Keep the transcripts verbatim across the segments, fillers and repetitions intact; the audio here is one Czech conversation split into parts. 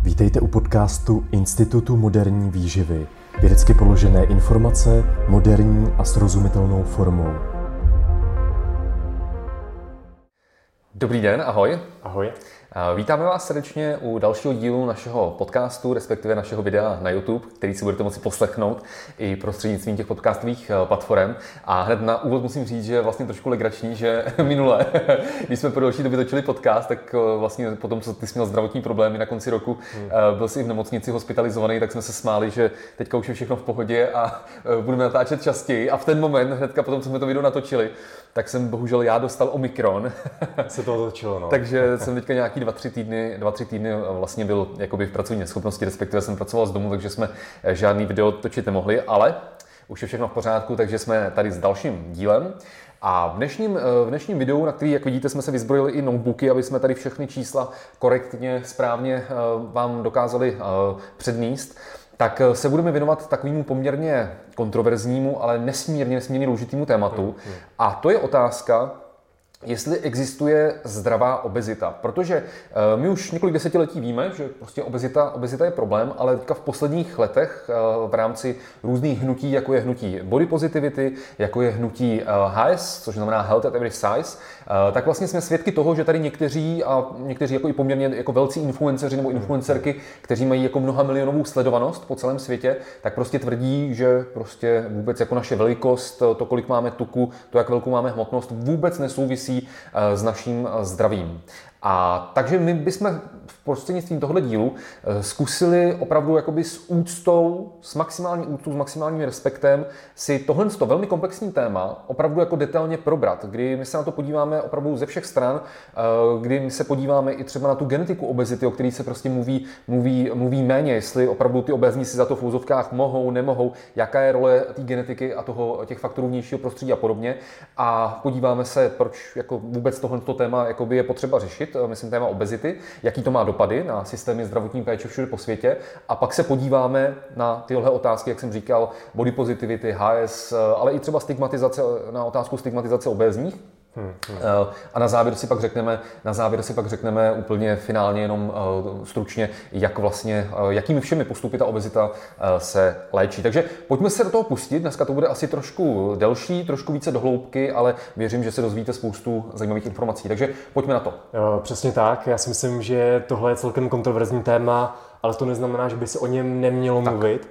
Vítejte u podcastu Institutu moderní výživy. Vědecky položené informace, moderní a srozumitelnou formou. Dobrý den, ahoj. Ahoj. Vítáme vás srdečně u dalšího dílu našeho podcastu, respektive našeho videa na YouTube, který si budete moci poslechnout i prostřednictvím těch podcastových platform. A hned na úvod musím říct, že je vlastně trošku legrační, že minule, když jsme po další době točili podcast, tak vlastně po tom, co ty jsi měl zdravotní problémy na konci roku, hmm. byl jsi i v nemocnici hospitalizovaný, tak jsme se smáli, že teďka už je všechno v pohodě a budeme natáčet častěji. A v ten moment, hnedka potom, co jsme to video natočili, tak jsem bohužel já dostal Omikron. Se to otočilo, no. Takže jsem teďka nějaký dva, tři týdny, dva, tři týdny vlastně byl jakoby v pracovní neschopnosti, respektive jsem pracoval z domu, takže jsme žádný video točit nemohli, ale už je všechno v pořádku, takže jsme tady s dalším dílem. A v dnešním, v dnešním videu, na který, jak vidíte, jsme se vyzbrojili i notebooky, aby jsme tady všechny čísla korektně, správně vám dokázali přednést, tak se budeme věnovat takovému poměrně kontroverznímu, ale nesmírně, nesmírně důležitému tématu. Hmm, hmm. A to je otázka, jestli existuje zdravá obezita. Protože my už několik desetiletí víme, že prostě obezita, obezita je problém, ale teďka v posledních letech v rámci různých hnutí, jako je hnutí body positivity, jako je hnutí H S, což znamená Health at Every Size, tak vlastně jsme svědky toho, že tady někteří a někteří jako i poměrně jako velcí influenceři nebo influencerky, kteří mají jako mnoha milionovou sledovanost po celém světě, tak prostě tvrdí, že prostě vůbec jako naše velikost, to, kolik máme tuku, to, jak velkou máme hmotnost, vůbec nesouvisí s naším zdravím. A takže my bychom v prostřednictvím tohoto dílu zkusili opravdu jakoby s úctou, s maximální úctou, s maximálním respektem si tohle velmi komplexní téma opravdu jako detailně probrat, kdy my se na to podíváme opravdu ze všech stran, kdy my se podíváme i třeba na tu genetiku obezity, o který se prostě mluví, mluví, mluví méně, jestli opravdu ty obézní si za to v úzovkách mohou, nemohou, jaká je role té genetiky a toho, těch faktorů vnějšího prostředí a podobně. A podíváme se, proč jako vůbec tohleto téma jakoby je potřeba řešit, myslím téma obezity, jaký to má dopady na systémy zdravotní péče všude po světě, a pak se podíváme na tyhle otázky, jak jsem říkal, body positivity, H S, ale i třeba stigmatizace, na otázku stigmatizace obézních. Hmm, hmm. A na závěr si pak řekneme, na závěr si pak řekneme úplně finálně jenom stručně, jak vlastně, jakými všemi postupy ta obezita se léčí. Takže pojďme se do toho pustit. Dneska to bude asi trošku delší, trošku více dohloubky, ale věřím, že se dozvíte spoustu zajímavých informací. Takže pojďme na to. Jo, přesně tak. Já si myslím, že tohle je celkem kontroverzní téma, ale to neznamená, že by se o něm nemělo tak mluvit.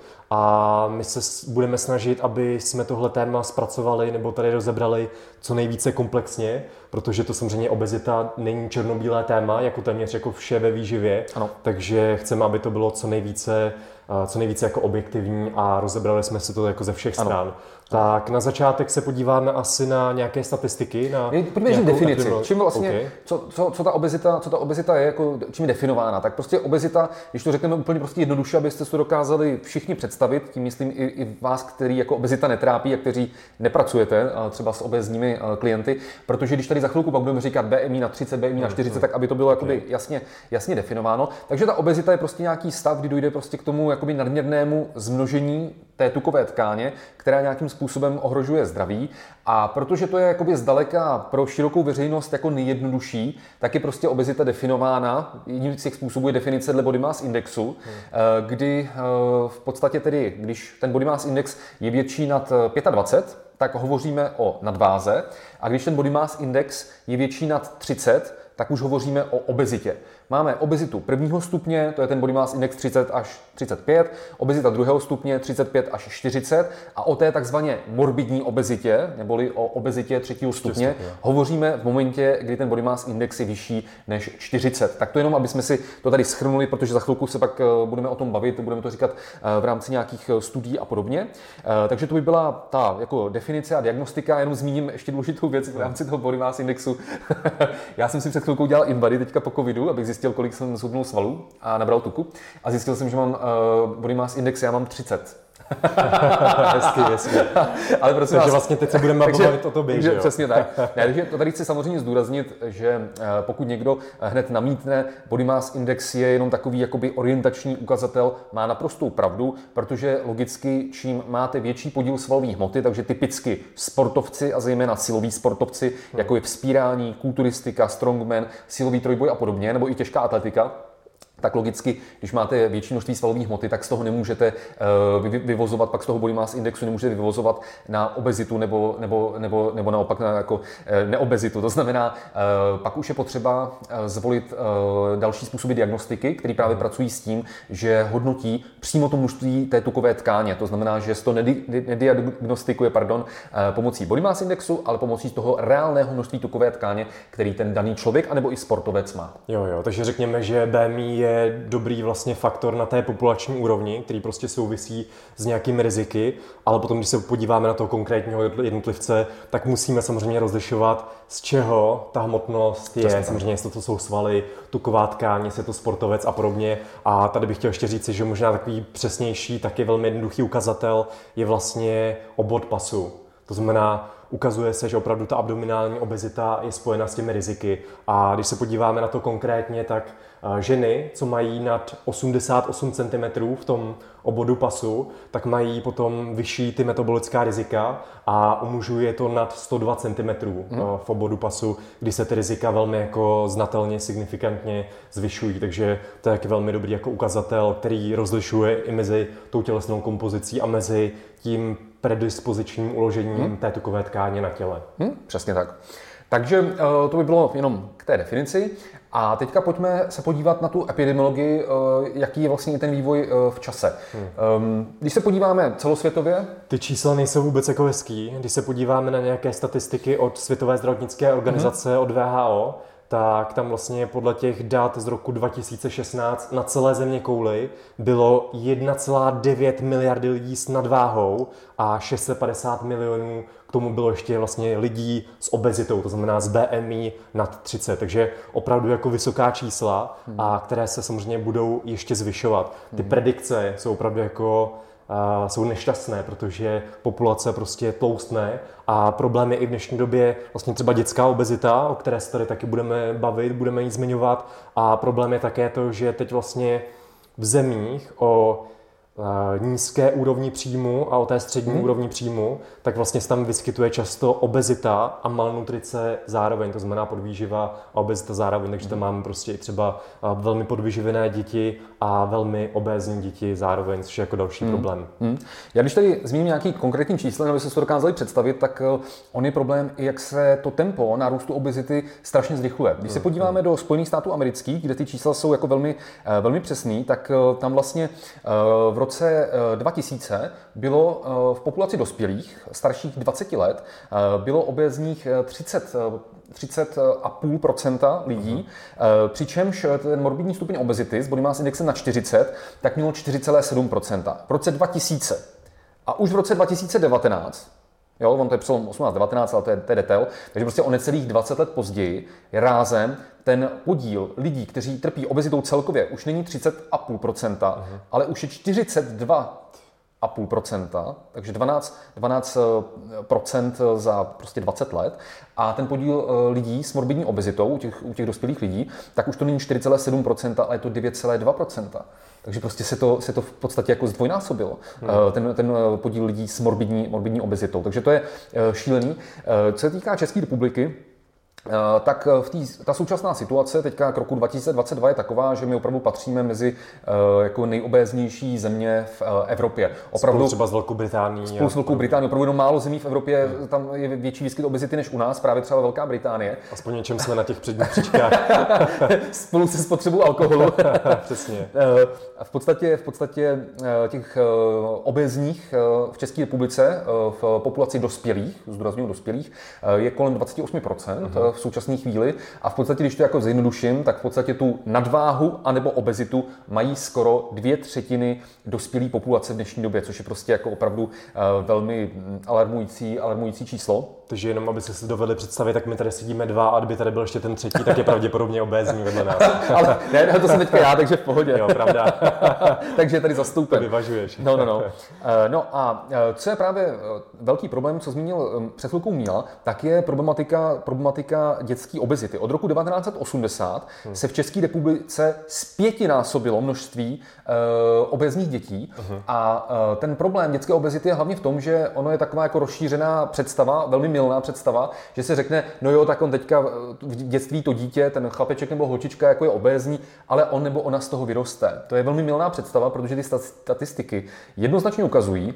A my se budeme snažit, aby jsme tohle téma zpracovali nebo tady rozebrali co nejvíce komplexně, protože to samozřejmě obezita není černobílé téma, jako téměř jako vše ve výživě. Ano. Takže chceme, aby to bylo co nejvíce, co nejvíce jako objektivní a rozebrali jsme si to jako ze všech stran. Ano. Tak na začátek se podíváme asi na nějaké statistiky. Na Pojďme na definici. Epidemii. Čím vlastně, okay. co, co, co, ta obezita, co ta obezita je, jako, čím je definována. Tak prostě obezita, když to řekneme úplně prostě jednoduše, abyste si to dokázali všichni představit, tím myslím i, i vás, který jako obezita netrápí a kteří nepracujete třeba s obézními klienty, protože když tady za chvilku pak budeme říkat B M I na třicet, B M I na čtyřicet, tak aby to bylo jakoby jasně, jasně definováno. Takže ta obezita je prostě nějaký stav, kdy dojde prostě k tomu jakoby nadměrnému zmnožení té tukové tkáně, která nějakým způsobem ohrožuje zdraví. A protože to je jakoby zdaleka pro širokou veřejnost jako nejjednodušší, tak je prostě obezita definována. Jedním z těch způsobů je definice dle body mass indexu, hmm. kdy v podstatě tedy, když ten body mass index je větší nad dvacet pět, tak hovoříme o nadváze. A když ten body mass index je větší nad třicet, tak už hovoříme o obezitě. Máme obezitu prvního stupně, to je ten body mass index třicet až třicet pět, obezita druhého stupně třicet pět až čtyřicet a o té takzvaně morbidní obezitě, neboli o obezitě třetího stupně, stupně, hovoříme v momentě, kdy ten body mass index je vyšší než čtyřicet. Tak to jenom, aby jsme si to tady shrnuli, protože za chvilku se pak budeme o tom bavit, budeme to říkat v rámci nějakých studií a podobně. Takže to by byla ta jako definice a diagnostika. Jenom zmíním ještě důležitou věc v rámci toho body mass indexu. Já jsem si před chvilkou dělal InBody teďka po covidu, abych zjistil, kolik jsem zhubnul svalů a nabral tuku. A zjistil jsem, že mám uh, body mass index, já mám třicet. hezky, hezky. Ale prosím takže vás, vlastně teď se budeme bavit o tobě, že jo? Přesně tak. Ne, takže to tady chci samozřejmě zdůraznit, že pokud někdo hned namítne, body mass index je jenom takový jakoby orientační ukazatel, má naprostou pravdu, protože logicky čím máte větší podíl svalové hmoty, takže typicky sportovci a zejména siloví sportovci, hmm. jako je vzpírání, kulturistika, strongman, silový trojboj a podobně, nebo i těžká atletika, tak logicky, když máte větší množství svalové hmoty, tak z toho nemůžete uh, vyvozovat, pak z toho body mass indexu nemůžete vyvozovat na obezitu nebo, nebo, nebo, nebo naopak na jako, uh, neobezitu. To znamená, uh, pak už je potřeba uh, zvolit uh, další způsoby diagnostiky, které právě hmm. pracují s tím, že hodnotí přímo to množství té tukové tkáně. To znamená, že se to nedi, nediagnostikuje pardon, uh, pomocí body mass indexu, ale pomocí toho reálného množství tukové tkáně, který ten daný člověk anebo i sportovec má. Jo, jo, takže řekněme, že B M I je je dobrý vlastně faktor na té populační úrovni, který prostě souvisí s nějakými riziky, ale potom, když se podíváme na toho konkrétního jednotlivce, tak musíme samozřejmě rozlišovat, z čeho ta hmotnost je. Přesně. Samozřejmě, jestli to jsou svaly, tuková tkáň, jestli je to sportovec a podobně. A tady bych chtěl ještě říci, že možná takový přesnější, taky velmi jednoduchý ukazatel je vlastně obvod pasu. To znamená, ukazuje se, že opravdu ta abdominální obezita je spojena s těmi riziky. A když se podíváme na to konkrétně, tak ženy, co mají nad osmdesát osm centimetrů v tom obvodu pasu, tak mají potom vyšší ty metabolická rizika a u mužů je to nad sto dva centimetrů hmm. v obvodu pasu, kdy se ty rizika velmi jako znatelně, signifikantně zvyšují. Takže to je taky velmi dobrý jako ukazatel, který rozlišuje i mezi tou tělesnou kompozicí a mezi tím predispozičním uložením hmm. té tukové tkáně na těle. Hmm, přesně tak. Takže to by bylo jenom k té definici. A teďka pojďme se podívat na tu epidemiologii, jaký je vlastně ten vývoj v čase. Hmm. Když se podíváme celosvětově... Ty čísla nejsou vůbec jako hezký. Když se podíváme na nějaké statistiky od Světové zdravotnické organizace, hmm. od W H O, tak tam vlastně podle těch dat z roku dva tisíce šestnáct na celé země kouli bylo jedna celá devět miliardy lidí s nadváhou a šest set padesát milionů k tomu bylo ještě vlastně lidí s obezitou, to znamená s B M I nad třicet, takže opravdu jako vysoká čísla, hmm. a které se samozřejmě budou ještě zvyšovat. Ty hmm. predikce jsou opravdu jako Uh, jsou nešťastné, protože populace prostě tloustne a problém je i v dnešní době vlastně třeba dětská obezita, o které se tady taky budeme bavit, budeme ji zmiňovat, a problém je také to, že teď vlastně v zemích o nízké úrovni příjmu a o té střední hmm. úrovni příjmu, tak vlastně se tam vyskytuje často obezita a malnutrice zároveň, to znamená podvýživa a obezita zároveň, takže tam máme prostě i třeba velmi podvyživené děti a velmi obézní děti zároveň, což je jako další hmm. problém. Hmm. Já když tady zmíním nějaký konkrétní čísla, aby se to dokázali představit, tak on je problém i jak se to tempo nárůstu obezity strašně zrychluje. Když se podíváme do Spojených států amerických, kde ty čísla jsou jako velmi, velmi přesný, tak tam vlastně v roce V roce dva tisíce bylo v populaci dospělých, starších dvacet let, bylo obézních třicet, třicet celá pět procenta lidí, uh-huh. přičemž ten morbidní stupeň obezity s body mass indexem na čtyřicet, tak mělo čtyři celá sedm procenta. V roce dva tisíce. A už v roce dva tisíce devatenáct, jo, on to je přelom osmnáct devatenáct, ale to je, to je detail, takže prostě o necelých dvacet let později je rázem ten podíl lidí, kteří trpí obezitou celkově, už není třicet celá pět procenta, uh-huh. ale už je čtyřicet dva celá pět procenta, takže dvanáct procent za prostě dvacet let. A ten podíl lidí s morbidní obezitou, u těch, u těch dospělých lidí, tak už to není čtyři celá sedm procenta, ale je to devět celá dva procenta. Takže prostě se to, se to v podstatě jako zdvojnásobilo, hmm. ten, ten podíl lidí s morbidní, morbidní obezitou. Takže to je šílený. Co se týká České republiky, tak v tý, ta současná situace teďka k roku dva tisíce dvacet dva je taková, že my opravdu patříme mezi uh, jako nejobéznější země v uh, Evropě. Opravdu, spolu třeba s Velkou Británií. Spolu s Velkou Británií. Opravdu jenom málo zemí v Evropě, hmm. tam je větší výskyt obezity než u nás, právě třeba Velká Británie. Aspoň něčem jsme na těch předních příčkách. Spolu se spotřebou alkoholu. Přesně. Uh, v podstatě, v podstatě uh, těch uh, obézních uh, v České republice uh, v populaci dospělých, zdůrazňuji dospělých, uh, je kolem dvacet osm procent. Hmm. v současné chvíli a v podstatě, když to jako zjednoduším, tak v podstatě tu nadváhu anebo obezitu mají skoro dvě třetiny dospělé populace v dnešní době, což je prostě jako opravdu uh, velmi alarmující, alarmující číslo. Takže jenom, aby se si dovedli představit, tak my tady sedíme dva a kdyby tady byl ještě ten třetí, tak je pravděpodobně obézní vedle nás. Ale ne, to jsem teďka já, takže v pohodě. Jo, pravda. Takže je tady zastoupen. To vyvažuješ. No, no, no. No a co je právě velký problém, co zmínil před chvilkou Míla, tak je problematika, problematika dětské obezity. Od roku devatenáct set osmdesát hmm. se v České republice zpětinásobilo množství uh, obézních dětí uh-huh. a uh, ten problém dětské obezity je hlavně v tom, že ono je taková jako rozšířená představa, velmi mylná představa, že se řekne, no jo, tak on teďka v dětství to dítě, ten chlapeček nebo holčička jako je obézní, ale on nebo ona z toho vyroste. To je velmi mylná představa, protože ty statistiky jednoznačně ukazují,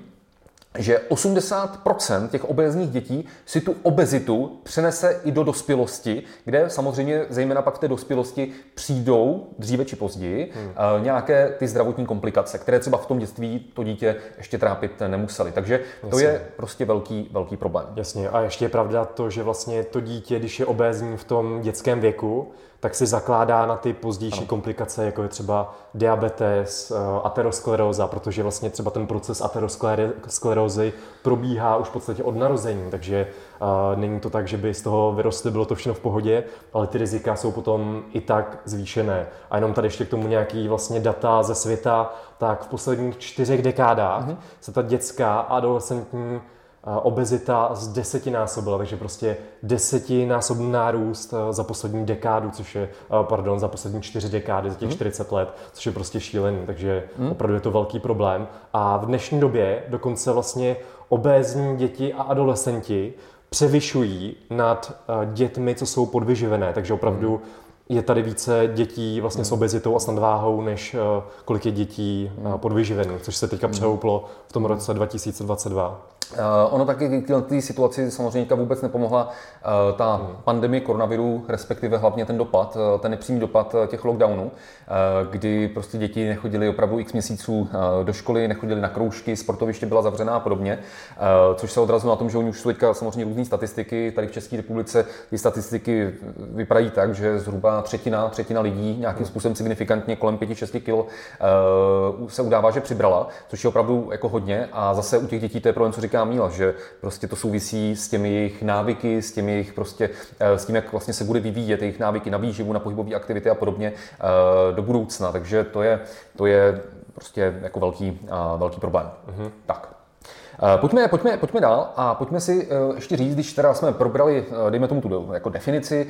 že osmdesát procent těch obézních dětí si tu obezitu přenese i do dospělosti, kde samozřejmě zejména pak v té dospělosti přijdou dříve či později hmm. nějaké ty zdravotní komplikace, které třeba v tom dětství to dítě ještě trápit nemuseli. Takže to Jasně. je prostě velký, velký problém. Jasně. A ještě je pravda to, že vlastně to dítě, když je obézní v tom dětském věku, tak si zakládá na ty pozdější ano. komplikace, jako je třeba diabetes, ateroskleróza, protože vlastně třeba ten proces aterosklerózy probíhá už v podstatě od narození, takže uh, není to tak, že by z toho vyrostly, bylo to všechno v pohodě, ale ty rizika jsou potom i tak zvýšené. A jenom tady ještě k tomu nějaký vlastně data ze světa, tak v posledních čtyřech dekádách uh-huh. se ta dětská a adolescentní obezita z desetinásobila, takže prostě desetinásobný nárůst za poslední dekádu, což je, pardon, za poslední čtyři dekády, za těch hmm. čtyřicet let, což je prostě šílený, takže hmm. opravdu je to velký problém. A v dnešní době dokonce vlastně obézní děti a adolescenti převyšují nad dětmi, co jsou podvyživené, takže opravdu hmm. je tady více dětí vlastně hmm. s obezitou a s nadváhou, než kolik je dětí hmm. podvyživených, což se teďka přehouplo v tom roce dva tisíce dvacet dva. Uh, ono taky k té situaci samozřejmě vůbec nepomohla uh, ta hmm. pandemie koronaviru, respektive hlavně ten dopad, uh, ten nepřímý dopad uh, těch lockdownů, uh, kdy prostě děti nechodily opravdu x měsíců uh, do školy, nechodily na kroužky, sportoviště byla zavřená a podobně, uh, což se odrazilo na tom, že oni už jsou teďka samozřejmě různý statistiky. Tady v České republice ty statistiky vypadají tak, že zhruba třetina, třetina lidí nějakým způsobem signifikantně kolem pět až šest kilo uh, se udává, že přibrala, což je opravdu jako hodně, a zase u těch dětí to je problém, co říká Míla, že prostě to souvisí s těmi jejich návyky, s těmi jejich prostě, s tím, jak vlastně se bude vyvíjet jejich návyky na výživu, na pohybové aktivity a podobně do budoucna. Takže to je, to je prostě jako velký, velký problém. Mm-hmm. Tak. Pojďme, pojďme, pojďme dál a pojďme si ještě říct, když teda jsme probrali, dejme tomu tu jako definici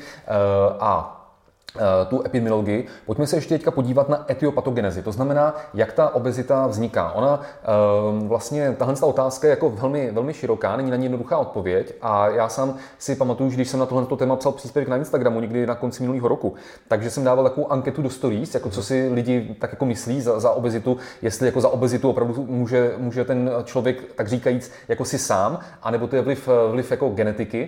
a tu epidemiologii, pojďme se ještě teďka podívat na etiopatogenezi. To znamená, jak ta obezita vzniká. Ona vlastně, tahle otázka je jako velmi, velmi široká, není na ní jednoduchá odpověď, a já sám si pamatuju, že když jsem na tohle téma psal příspěvek na Instagramu někdy na konci minulého roku, takže jsem dával takovou anketu do stories, jako co si lidi tak jako myslí za, za obezitu, jestli jako za obezitu opravdu může, může ten člověk, tak říkajíc, jako si sám, anebo to je vliv, vliv jako genetiky.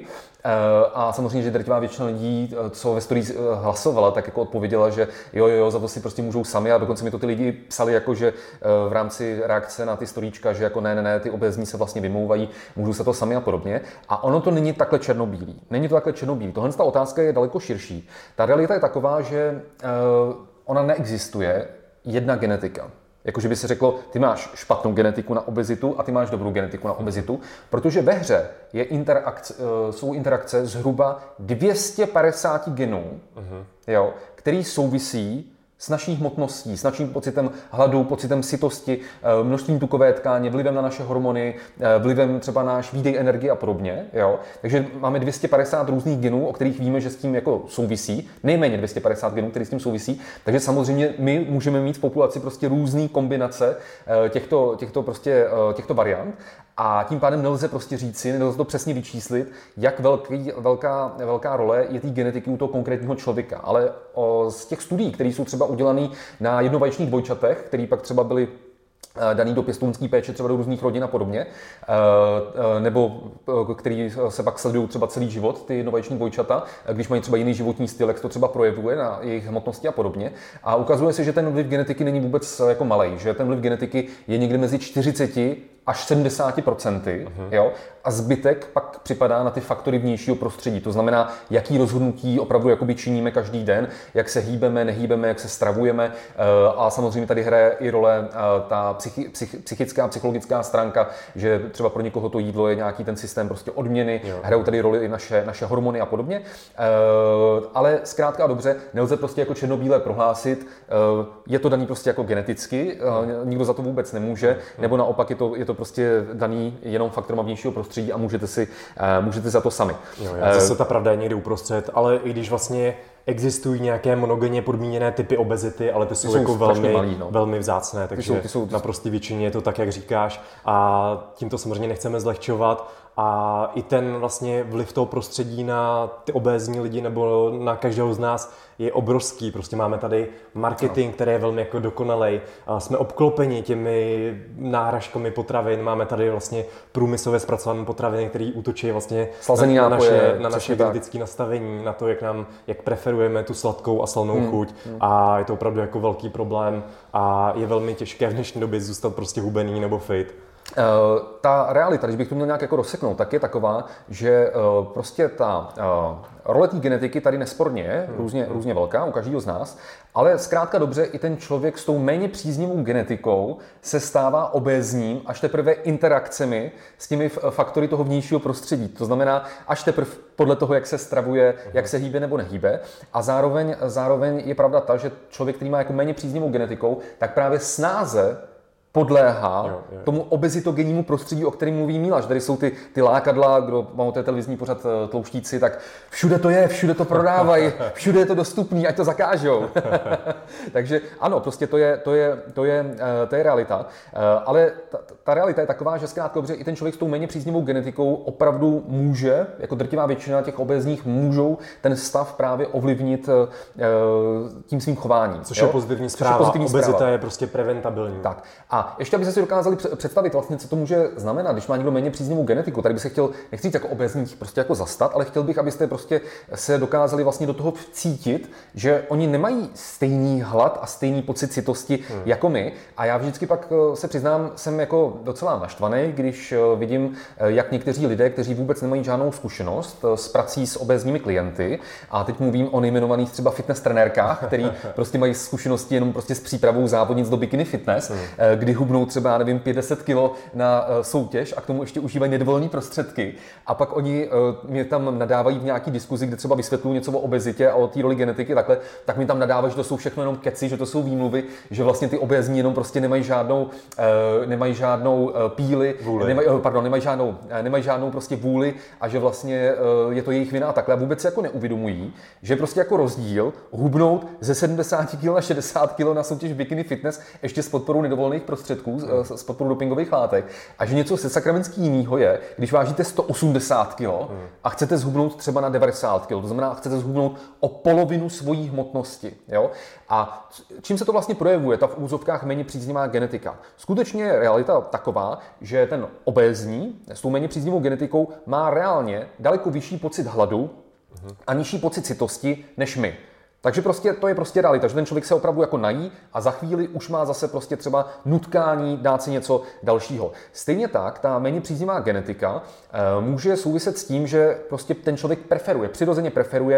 A samozřejmě, že drtivá většina lidí, co ve stories hlasovala, tak jako odpověděla, že jo, jo, jo, za to si prostě můžou sami, a dokonce mi to ty lidi psali jako, že v rámci reakce na ty storíčka, že jako ne, ne, ne, ty obézní se vlastně vymlouvají, můžou se to sami a podobně. A ono to není takhle černobílý. Není to takhle černobílý. Tohle ta otázka je daleko širší. Ta realita je taková, že uh, ona neexistuje jedna genetika. Jakože by se řeklo, ty máš špatnou genetiku na obezitu a ty máš dobrou genetiku na obezitu, protože ve hře je interakce, jsou interakce zhruba dvě stě padesát genů, uh-huh. jo, který souvisí s naší hmotností, s naším pocitem hladu, pocitem sytosti, množstvím tukové tkáně, vlivem na naše hormony, vlivem třeba náš výdej energie a podobně. Jo? Takže máme dvě stě padesát různých genů, o kterých víme, že s tím jako souvisí, nejméně dvě stě padesát genů, které s tím souvisí. Takže samozřejmě my můžeme mít v populaci prostě různé kombinace těchto, těchto, prostě, těchto variant. A tím pádem nelze prostě říci, nelze to přesně vyčíslit, jak velký, velká, velká role je té genetiky u toho konkrétního člověka. Ale o, z těch studií, které jsou třeba udělané na jednovaječných dvojčatech, které pak třeba byly daný do pěstounské péče třeba do různých rodin a podobně, nebo který se pak sledují třeba celý život, ty jednovaječní dvojčata, když mají třeba jiný životní styl, jak to třeba projevuje na jejich hmotnosti a podobně. A ukazuje se, že ten vliv genetiky není vůbec jako malej, že ten vliv genetiky je někde mezi čtyřicet až sedmdesát procent, uh-huh. jo, a zbytek pak připadá na ty faktory vnějšího prostředí. To znamená, jaký rozhodnutí opravdu jakoby činíme každý den, jak se hýbeme, nehýbeme, jak se stravujeme, a samozřejmě tady hraje i role ta psychi, psych, psychická, psychologická stránka, že třeba pro někoho to jídlo je nějaký ten systém prostě odměny, jo. Hrajou tady roli i naše, naše hormony a podobně, ale zkrátka a dobře, nelze prostě jako černobílé prohlásit, je to daný prostě jako geneticky, hmm. nikdo za to vůbec nemůže, hmm. nebo naopak je to, je to prostě daný jenom faktorem vnějšího prostředí a můžete si, můžete za to sami. Jo, zase ta pravda je někde uprostřed, ale i když vlastně existují nějaké monogenně podmíněné typy obezity, ale ty jsou, ty jako jsou velmi, malý, no. velmi vzácné, takže ty jsou, ty jsou, ty... na prostý většině je to tak, jak říkáš, a tím to samozřejmě nechceme zlehčovat, a i ten vlastně vliv toho prostředí na ty obézní lidi nebo na každého z nás je obrovský. Prostě máme tady marketing, který je velmi jako dokonalej. A jsme obklopeni těmi náhražkami potravin. Máme tady vlastně průmyslově zpracované potraviny, které útočí vlastně Slazený na, nápoje, naše, na naše genetické nastavení, na to, jak nám, jak preferujeme tu sladkou a slanou hmm. chuť. Hmm. A je to opravdu jako velký problém a je velmi těžké v dnešní době zůstat prostě hubený nebo fit. Uh, ta realita, když bych to měl nějak jako rozseknout, tak je taková, že uh, prostě ta uh, role té genetiky tady nesporně je hmm. různě, různě velká u každého z nás, ale zkrátka dobře i ten člověk s tou méně příznivou genetikou se stává obézním až teprve interakcemi s těmi faktory toho vnějšího prostředí. To znamená až teprve podle toho, jak se stravuje, hmm. jak se hýbe nebo nehýbe. A zároveň, zároveň je pravda ta, že člověk, který má jako méně příznivou genetikou, tak právě snáze podléhá jo, jo. tomu obezitogennímu prostředí, o kterém mluví Míla. Že tady jsou ty, ty lákadla, kdo má té televizní pořad Tlouštíci, tak všude to je, všude to prodávají, všude je to dostupný, ať to zakážou. Takže ano, prostě to je, to je, to je, to je realita. Ale ta, ta realita je taková, že zkrátka dobře i ten člověk s tou méně příznivou genetikou opravdu může, jako drtivá většina těch obézních, můžou ten stav právě ovlivnit tím svým chováním. Což jo? je pozitivní zpráva. Je pozitivní Obezita zpráva. Je prostě preventabilní. Tak. A ještě, aby se si dokázali představit vlastně, co to může znamenat, když má někdo méně příznivou genetiku. Tady bych se chtěl, nechci říct jako obézních prostě jako zastat, ale chtěl bych, abyste prostě se dokázali vlastně do toho cítit, že oni nemají stejný hlad a stejný pocit citosti hmm. jako my. A já vždycky pak se přiznám, jsem jako docela naštvaný, když vidím, jak někteří lidé, kteří vůbec nemají žádnou zkušenost s prací s obézními klienty, a teď mluvím o nejmenovaných třeba fitness trenérkách, který prostě mají zkušenosti jenom prostě s přípravou závodnic do bikini fitness, hmm. kdy hubnou třeba, já nevím, pět deset kilo na soutěž a k tomu ještě užívají nedovolené prostředky. A pak oni mě tam nadávají v nějaký diskuzi, kde třeba vysvětlují něco o obezitě a o té roli genetiky, takhle, tak mi tam nadávají, že to jsou všechno jenom keci, že to jsou výmluvy, že vlastně ty obézní jenom prostě nemají žádnou, nemají žádnou píli, nemají, pardon, nemají žádnou, nemají žádnou prostě vůli a že vlastně je to jejich vina a takhle. A vůbec se jako neuvědomují, že prostě jako rozdíl hubnout ze sedmdesát kilo na šedesát kilo na soutěž bikini fitness ještě s podporou nedovolených prostředků, s podporou dopingových látek, a že něco se sakramentský jinýho je, když vážíte sto osmdesát kilo a chcete zhubnout třeba na devadesát kilo, to znamená, chcete zhubnout o polovinu svojí hmotnosti. Jo? A čím se to vlastně projevuje, ta v úzovkách méně příznivá genetika? Skutečně je realita taková, že ten obézní s tou méně příznivou genetikou má reálně daleko vyšší pocit hladu a nižší pocit citosti než my. Takže prostě to je prostě realita, že ten člověk se opravdu jako nají a za chvíli už má zase prostě třeba nutkání dát si něco dalšího. Stejně tak ta méně příznivá genetika e, může souviset s tím, že prostě ten člověk preferuje, přirozeně preferuje e,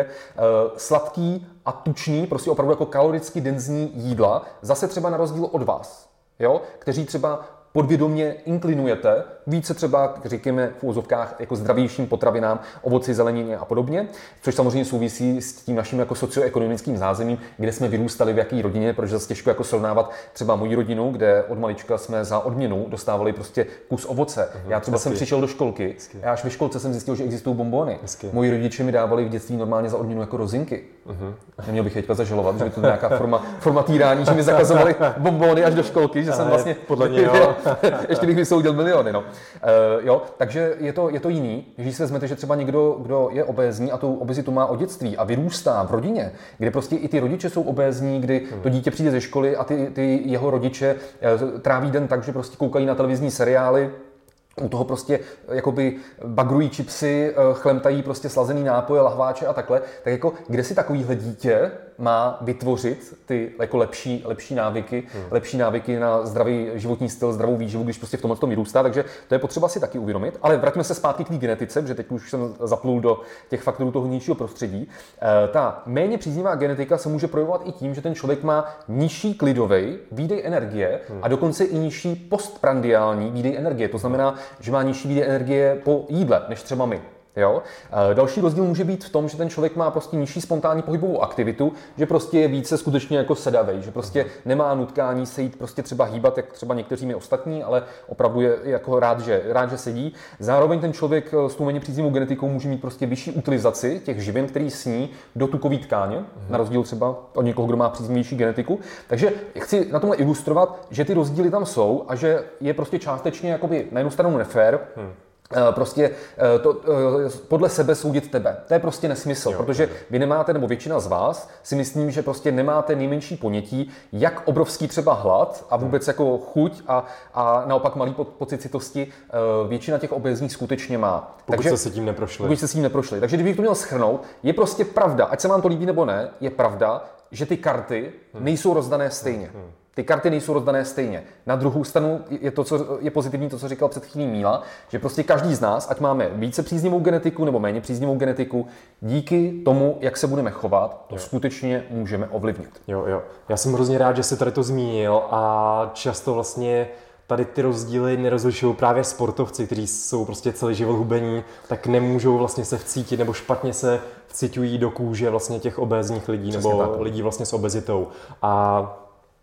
sladký a tučný, prostě opravdu jako kaloricky denzní jídla, zase třeba na rozdíl od vás, jo? Kteří třeba podvědomě inklinujete více třeba, říkáme v úzovkách, jako zdravějším potravinám, ovoci, zelenině a podobně, což samozřejmě souvisí s tím naším jako socioekonomickým zázemím, kde jsme vyrůstali, v jaký rodině, protože zase těžko jako srovnávat třeba moji rodinu, kde od malička jsme za odměnu dostávali prostě kus ovoce. Uhum, Já třeba hezky. jsem přišel do školky a až ve školce jsem zjistil, že existují bonbony. Hezky. Moji rodiče mi dávali v dětství normálně za odměnu jako rozinky. Uhum. Neměl bych teďka zažalovat, že by to nějaká forma, forma týrání, že mi zakazovali bonbony až do školky, že ale jsem vlastně podle něj, jo. Ještě bych vysoudil miliony, no. Uh, jo, takže je to, je to jiný, když si vezmete, že třeba někdo, kdo je obézní a tu obezitu má od dětství a vyrůstá v rodině, kde prostě i ty rodiče jsou obézní, kdy to dítě přijde ze školy a ty, ty jeho rodiče uh, tráví den tak, že prostě koukají na televizní seriály, u toho prostě jakoby bagrují čipsy, chlemtají prostě slazený nápoje, lahváče a takhle, tak jako kde si takovýhle dítě má vytvořit ty jako lepší, lepší návyky, hmm. lepší návyky na zdravý životní styl, zdravou výživu, když prostě v tomhle tom vyrůstá, takže to je potřeba si taky uvědomit. Ale vraťme se zpátky k té genetice, protože teď už jsem zaplul do těch faktorů toho vnějšího prostředí. E, ta méně příznivá genetika se může projevovat i tím, že ten člověk má nižší klidový výdej energie hmm. a dokonce i nižší postprandiální výdej energie. To znamená, že má nižší výdej energie po jídle, než třeba my. Jo? Další rozdíl může být v tom, že ten člověk má prostě nižší spontánní pohybovou aktivitu, že prostě je více skutečně jako sedavej, že prostě nemá nutkání se jít prostě třeba hýbat, jak třeba někteří mi ostatní, ale opravdu je jako rád, že, rád, že sedí. Zároveň ten člověk s tou méně příznivou genetikou může mít prostě vyšší utilizaci těch živin, který sní do tukové tkáně, mm-hmm. na rozdíl třeba od někoho, kdo má příznivější genetiku. Takže chci na tomhle ilustrovat, že ty rozdíly tam jsou a že je prostě částečně jakoby na jednu stranu nefér, hmm. prostě to, podle sebe soudit tebe. To je prostě nesmysl, jo, protože vy nemáte, nebo většina z vás si myslím, že prostě nemáte nejmenší ponětí, jak obrovský třeba hlad a vůbec jako chuť a, a naopak malý pocit citosti většina těch obézních skutečně má. Pokud Takže, jste se tím neprošli. Pokud jste s tím neprošli. Takže kdybych to měl shrnout, je prostě pravda, ať se vám to líbí nebo ne, je pravda, že ty karty hmm. nejsou rozdané stejně. Hmm. Ty karty nejsou rozdané stejně. Na druhou stranu je to, co je pozitivní, to, co říkal před chvílí Míla, že prostě každý z nás, ať máme více příznivou genetiku nebo méně příznivou genetiku, díky tomu, jak se budeme chovat, to jo. skutečně můžeme ovlivnit. Jo, jo. Já jsem hrozně rád, že jsi tady to zmínil a často vlastně tady ty rozdíly nerozlišují právě sportovci, kteří jsou prostě celý život hubení, tak nemůžou vlastně se vcítit nebo špatně se vciťují do kůže vlastně těch obézních lidí. Přesně nebo tak. lidí vlastně s obezitou. A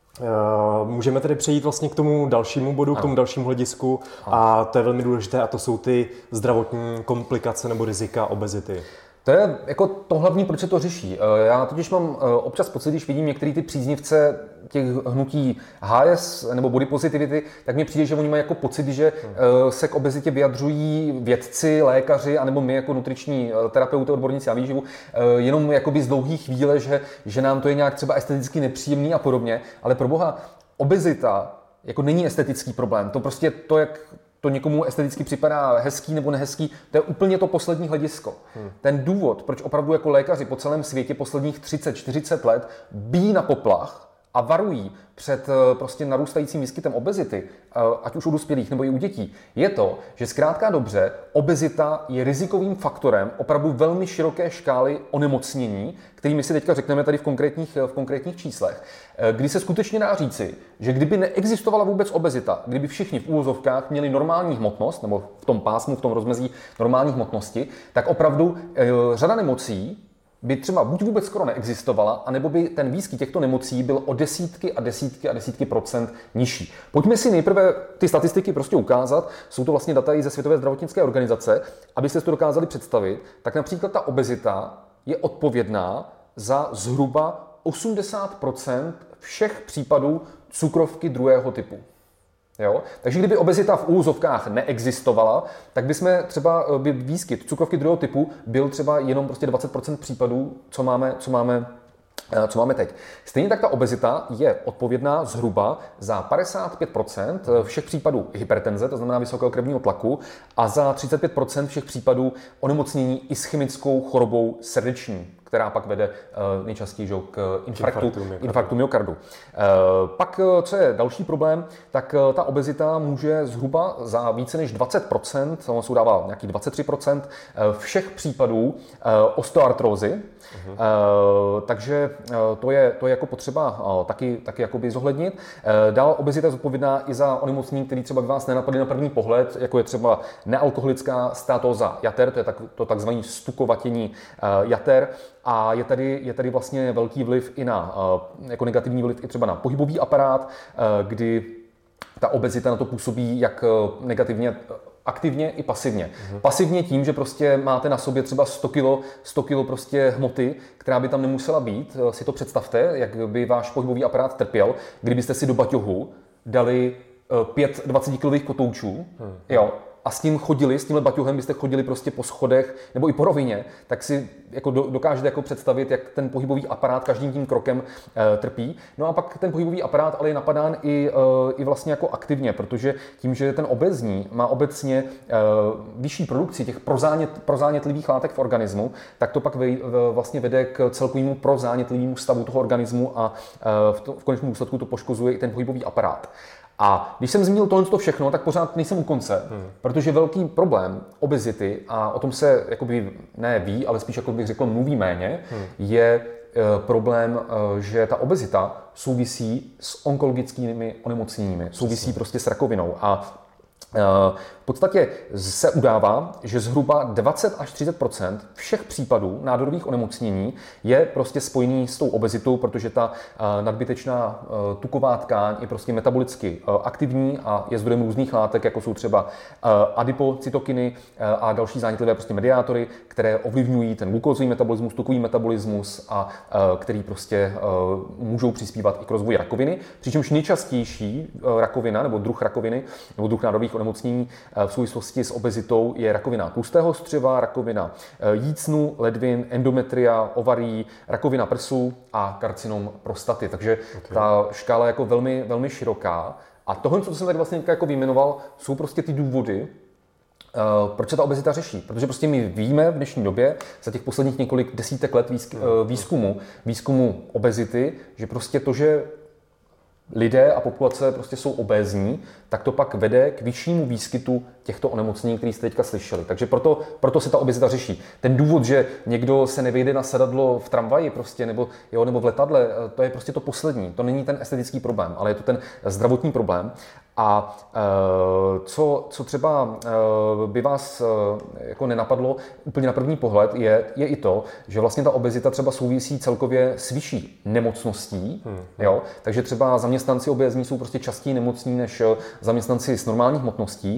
Uh, můžeme tedy přejít vlastně k tomu dalšímu bodu, ano. k tomu dalšímu hledisku ano. a to je velmi důležité a to jsou ty zdravotní komplikace nebo rizika obezity. To je jako to hlavní, proč se to řeší. Já totiž mám občas pocit, když vidím některé ty příznivce těch hnutí H S nebo body positivity, tak mi přijde, že oni mají jako pocit, že se k obezitě vyjadřují vědci, lékaři, anebo my jako nutriční terapeuty, odborníci na výživu, jenom jakoby z dlouhých chvíle, že, že nám to je nějak třeba esteticky nepříjemný a podobně. Ale pro boha, obezita jako není estetický problém. To prostě to, jak to někomu esteticky připadá hezký nebo nehezký, to je úplně to poslední hledisko. Hmm. Ten důvod, proč opravdu jako lékaři po celém světě posledních třicet čtyřicet let bíjí na poplach a varují před prostě narůstajícím výskytem obezity, ať už u dospělých nebo i u dětí, je to, že zkrátka dobře obezita je rizikovým faktorem opravdu velmi široké škály onemocnění, kterými si teďka řekneme tady v konkrétních, v konkrétních číslech, kdy se skutečně dá říci, že kdyby neexistovala vůbec obezita, kdyby všichni v úvozovkách měli normální hmotnost, nebo v tom pásmu, v tom rozmezí normální hmotnosti, tak opravdu řada nemocí by třeba buď vůbec skoro neexistovala, anebo by ten výskyt těchto nemocí byl o desítky a desítky a desítky procent nižší. Pojďme si nejprve ty statistiky prostě ukázat. Jsou to vlastně data i ze Světové zdravotnické organizace. Abyste si to dokázali představit, tak například ta obezita je odpovědná za zhruba osmdesát procent všech případů cukrovky druhého typu. Jo? Takže kdyby obezita v úzovkách neexistovala, tak bychom třeba by výskyt cukrovky druhého typu byl třeba jenom prostě dvacet procent případů, co máme, co máme, co máme teď. Stejně tak ta obezita je odpovědná zhruba za padesát pět procent všech případů hypertenze, to znamená vysokého krevního tlaku, a za třicet pět procent všech případů onemocnění ischemickou chorobou srdeční, která pak vede uh, nejčastěji že, k infarktu, infarktu, infarktu myokardu. Uh, pak, co je další problém, tak uh, ta obezita může zhruba za více než dvacet procent, ono se udává nějaký dvacet tři procent uh, všech případů uh, osteoartrózy. Uh-huh. Uh, takže uh, to, je, to je jako potřeba uh, taky, taky jakoby zohlednit. Uh, dál obezita je zodpovědná i za onemocnění, které třeba by vás nenapadly na první pohled, jako je třeba nealkoholická steatóza jater, to je tak, to takzvané stukovatění uh, jater. A je tady, je tady vlastně velký vliv i na, jako negativní vliv i třeba na pohybový aparát, kdy ta obezita na to působí jak negativně, aktivně i pasivně. Mhm. Pasivně tím, že prostě máte na sobě třeba sto kilo prostě hmoty, která by tam nemusela být. Si to představte, jak by váš pohybový aparát trpěl, kdybyste si do baťohu dali pět dvacetikilových kotoučů, mhm. jo, a s tím chodili, s tímhle baťohem byste chodili prostě po schodech nebo i po rovině, tak si jako dokážete jako představit, jak ten pohybový aparát každým tím krokem e, trpí. No a pak ten pohybový aparát ale je napadán i, e, i vlastně jako aktivně, protože tím, že ten obezní má obecně e, vyšší produkci těch prozánět, prozánětlivých látek v organismu, tak to pak ve, v, vlastně vede k celkovému prozánětlivému stavu toho organismu a e, v, to, v konečném důsledku to poškozuje i ten pohybový aparát. A když jsem zmínil tohle všechno, tak pořád nejsem u konce, hmm. protože velký problém obezity, a o tom se jakoby ne ví, ale spíš jako bych řekl mluví méně, hmm. je e, problém, e, že ta obezita souvisí s onkologickými onemocněními, souvisí prostě s rakovinou. A v podstatě se udává, že zhruba dvacet až třicet procent všech případů nádorových onemocnění je prostě spojený s tou obezitou, protože ta nadbytečná tuková tkáň je prostě metabolicky aktivní a je zdrojem různých látek, jako jsou třeba adipocytokiny a další zánětlivé prostě mediátory, které ovlivňují ten glukózový metabolismus, tukový metabolismus a který prostě můžou přispívat i k rozvoji rakoviny. Přičemž nejčastější rakovina nebo druh rakoviny nebo druh nádorových onemocnění onemocnění v souvislosti s obezitou je rakovina tlustého střeva, rakovina jícnu, ledvin, endometria, ovarií, rakovina prsu a karcinom prostaty. Takže okay. ta škála je jako velmi, velmi široká. A tohle, co jsem tady vlastně jako vyjmenoval, jsou prostě ty důvody, proč se ta obezita řeší? Protože prostě my víme v dnešní době, za těch posledních několik desítek let výzkumu, výzkumu obezity, že prostě to, že lidé a populace prostě jsou obézní, tak to pak vede k vyššímu výskytu těchto onemocnění, které jste teďka slyšeli. Takže proto, proto se ta obezita řeší. Ten důvod, že někdo se nevejde na sedadlo v tramvaji prostě, nebo, jo, nebo v letadle, to je prostě to poslední. To není ten estetický problém, ale je to ten zdravotní problém. A e, co, co třeba e, by vás e, jako nenapadlo úplně na první pohled, je, je i to, že vlastně ta obezita třeba souvisí celkově s vyšší nemocností. Hmm. Jo? Takže třeba zaměstnanci obézní jsou prostě častěji nemocní než zaměstnanci s normální hmotností.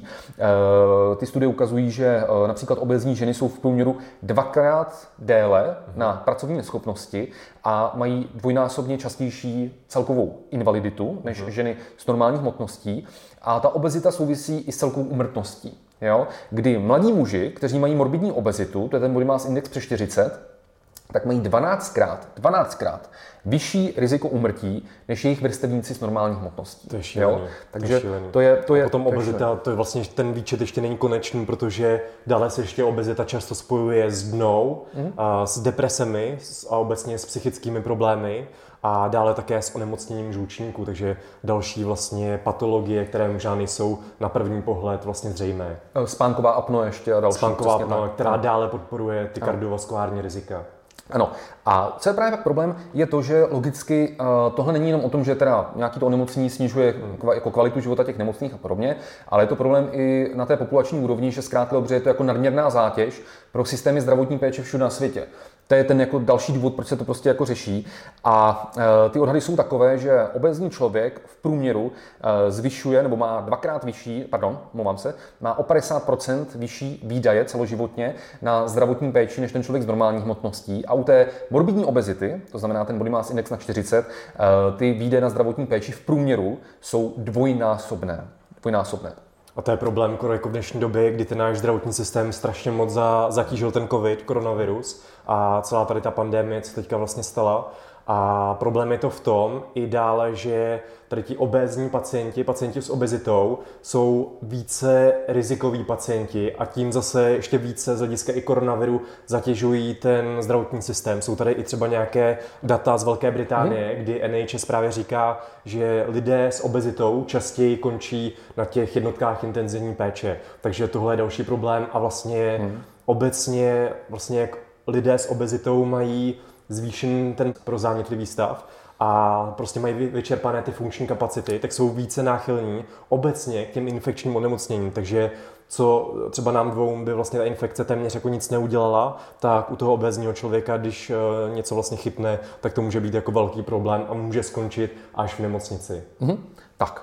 E, ty studie ukazují, že e, například obézní ženy jsou v průměru dvakrát déle hmm. na pracovní neschopnosti a mají dvojnásobně častější celkovou invaliditu než hmm. ženy s normální hmotností. A ta obezita souvisí i s celkovou úmrtností. Jo? Kdy mladí muži, kteří mají morbidní obezitu, to je ten body mass index přes čtyřicet, tak mají dvanáctkrát, dvanáctkrát vyšší riziko úmrtí než jejich vrstevníci s normální hmotností. To je šílený. Jo? Takže to je, to je, to je potom to obezita, je to je vlastně ten výčet ještě není konečný, protože dále se ještě obezita často spojuje s dnou, mm. a s depresemi a obecně s psychickými problémy. A dále také s onemocněním žlučníku, takže další vlastně patologie, které možná nejsou na první pohled vlastně zřejmé. Spánková apnoe ještě a další. Spánková apnoe, která dále podporuje ty kardiovaskulární rizika. Ano. A co je právě problém, je to, že logicky uh, tohle není jenom o tom, že teda nějaký to onemocnění snižuje kva, jako kvalitu života těch nemocných a podobně, ale je to problém i na té populační úrovni, že zkrátka dobře je to jako nadměrná zátěž pro systémy zdravotní péče všude na světě. To je ten jako další důvod, proč se to prostě jako řeší. A e, ty odhady jsou takové, že obézní člověk v průměru e, zvyšuje, nebo má dvakrát vyšší, pardon, mluvám se, má o padesát procent vyšší výdaje celoživotně na zdravotní péči než ten člověk s normální hmotností. A u té morbidní obezity, to znamená ten body mass index na čtyřicet, e, ty výdaje na zdravotní péči v průměru jsou dvojnásobné. dvojnásobné. A to je problém jako v dnešní době, kdy ten náš zdravotní systém strašně moc za, zatížil ten covid, koronavirus a celá tady ta pandemie, co teďka vlastně stala. A problém je to v tom i dále, že tady ti obézní pacienti, pacienti s obezitou, jsou více rizikoví pacienti a tím zase ještě více z hlediska i koronaviru zatěžují ten zdravotní systém. Jsou tady i třeba nějaké data z Velké Británie, hmm. kdy N H S právě říká, že lidé s obezitou častěji končí na těch jednotkách intenzivní péče. Takže tohle je další problém a vlastně hmm. obecně vlastně jak lidé s obezitou mají zvýšený ten prozánětlivý stav a prostě mají vyčerpané ty funkční kapacity, tak jsou více náchylní obecně k těm infekčním onemocněním. Takže co třeba nám dvou by vlastně ta infekce téměř jako nic neudělala, tak u toho obézního člověka, když něco vlastně chytne, tak to může být jako velký problém a může skončit až v nemocnici. Mm-hmm. Tak.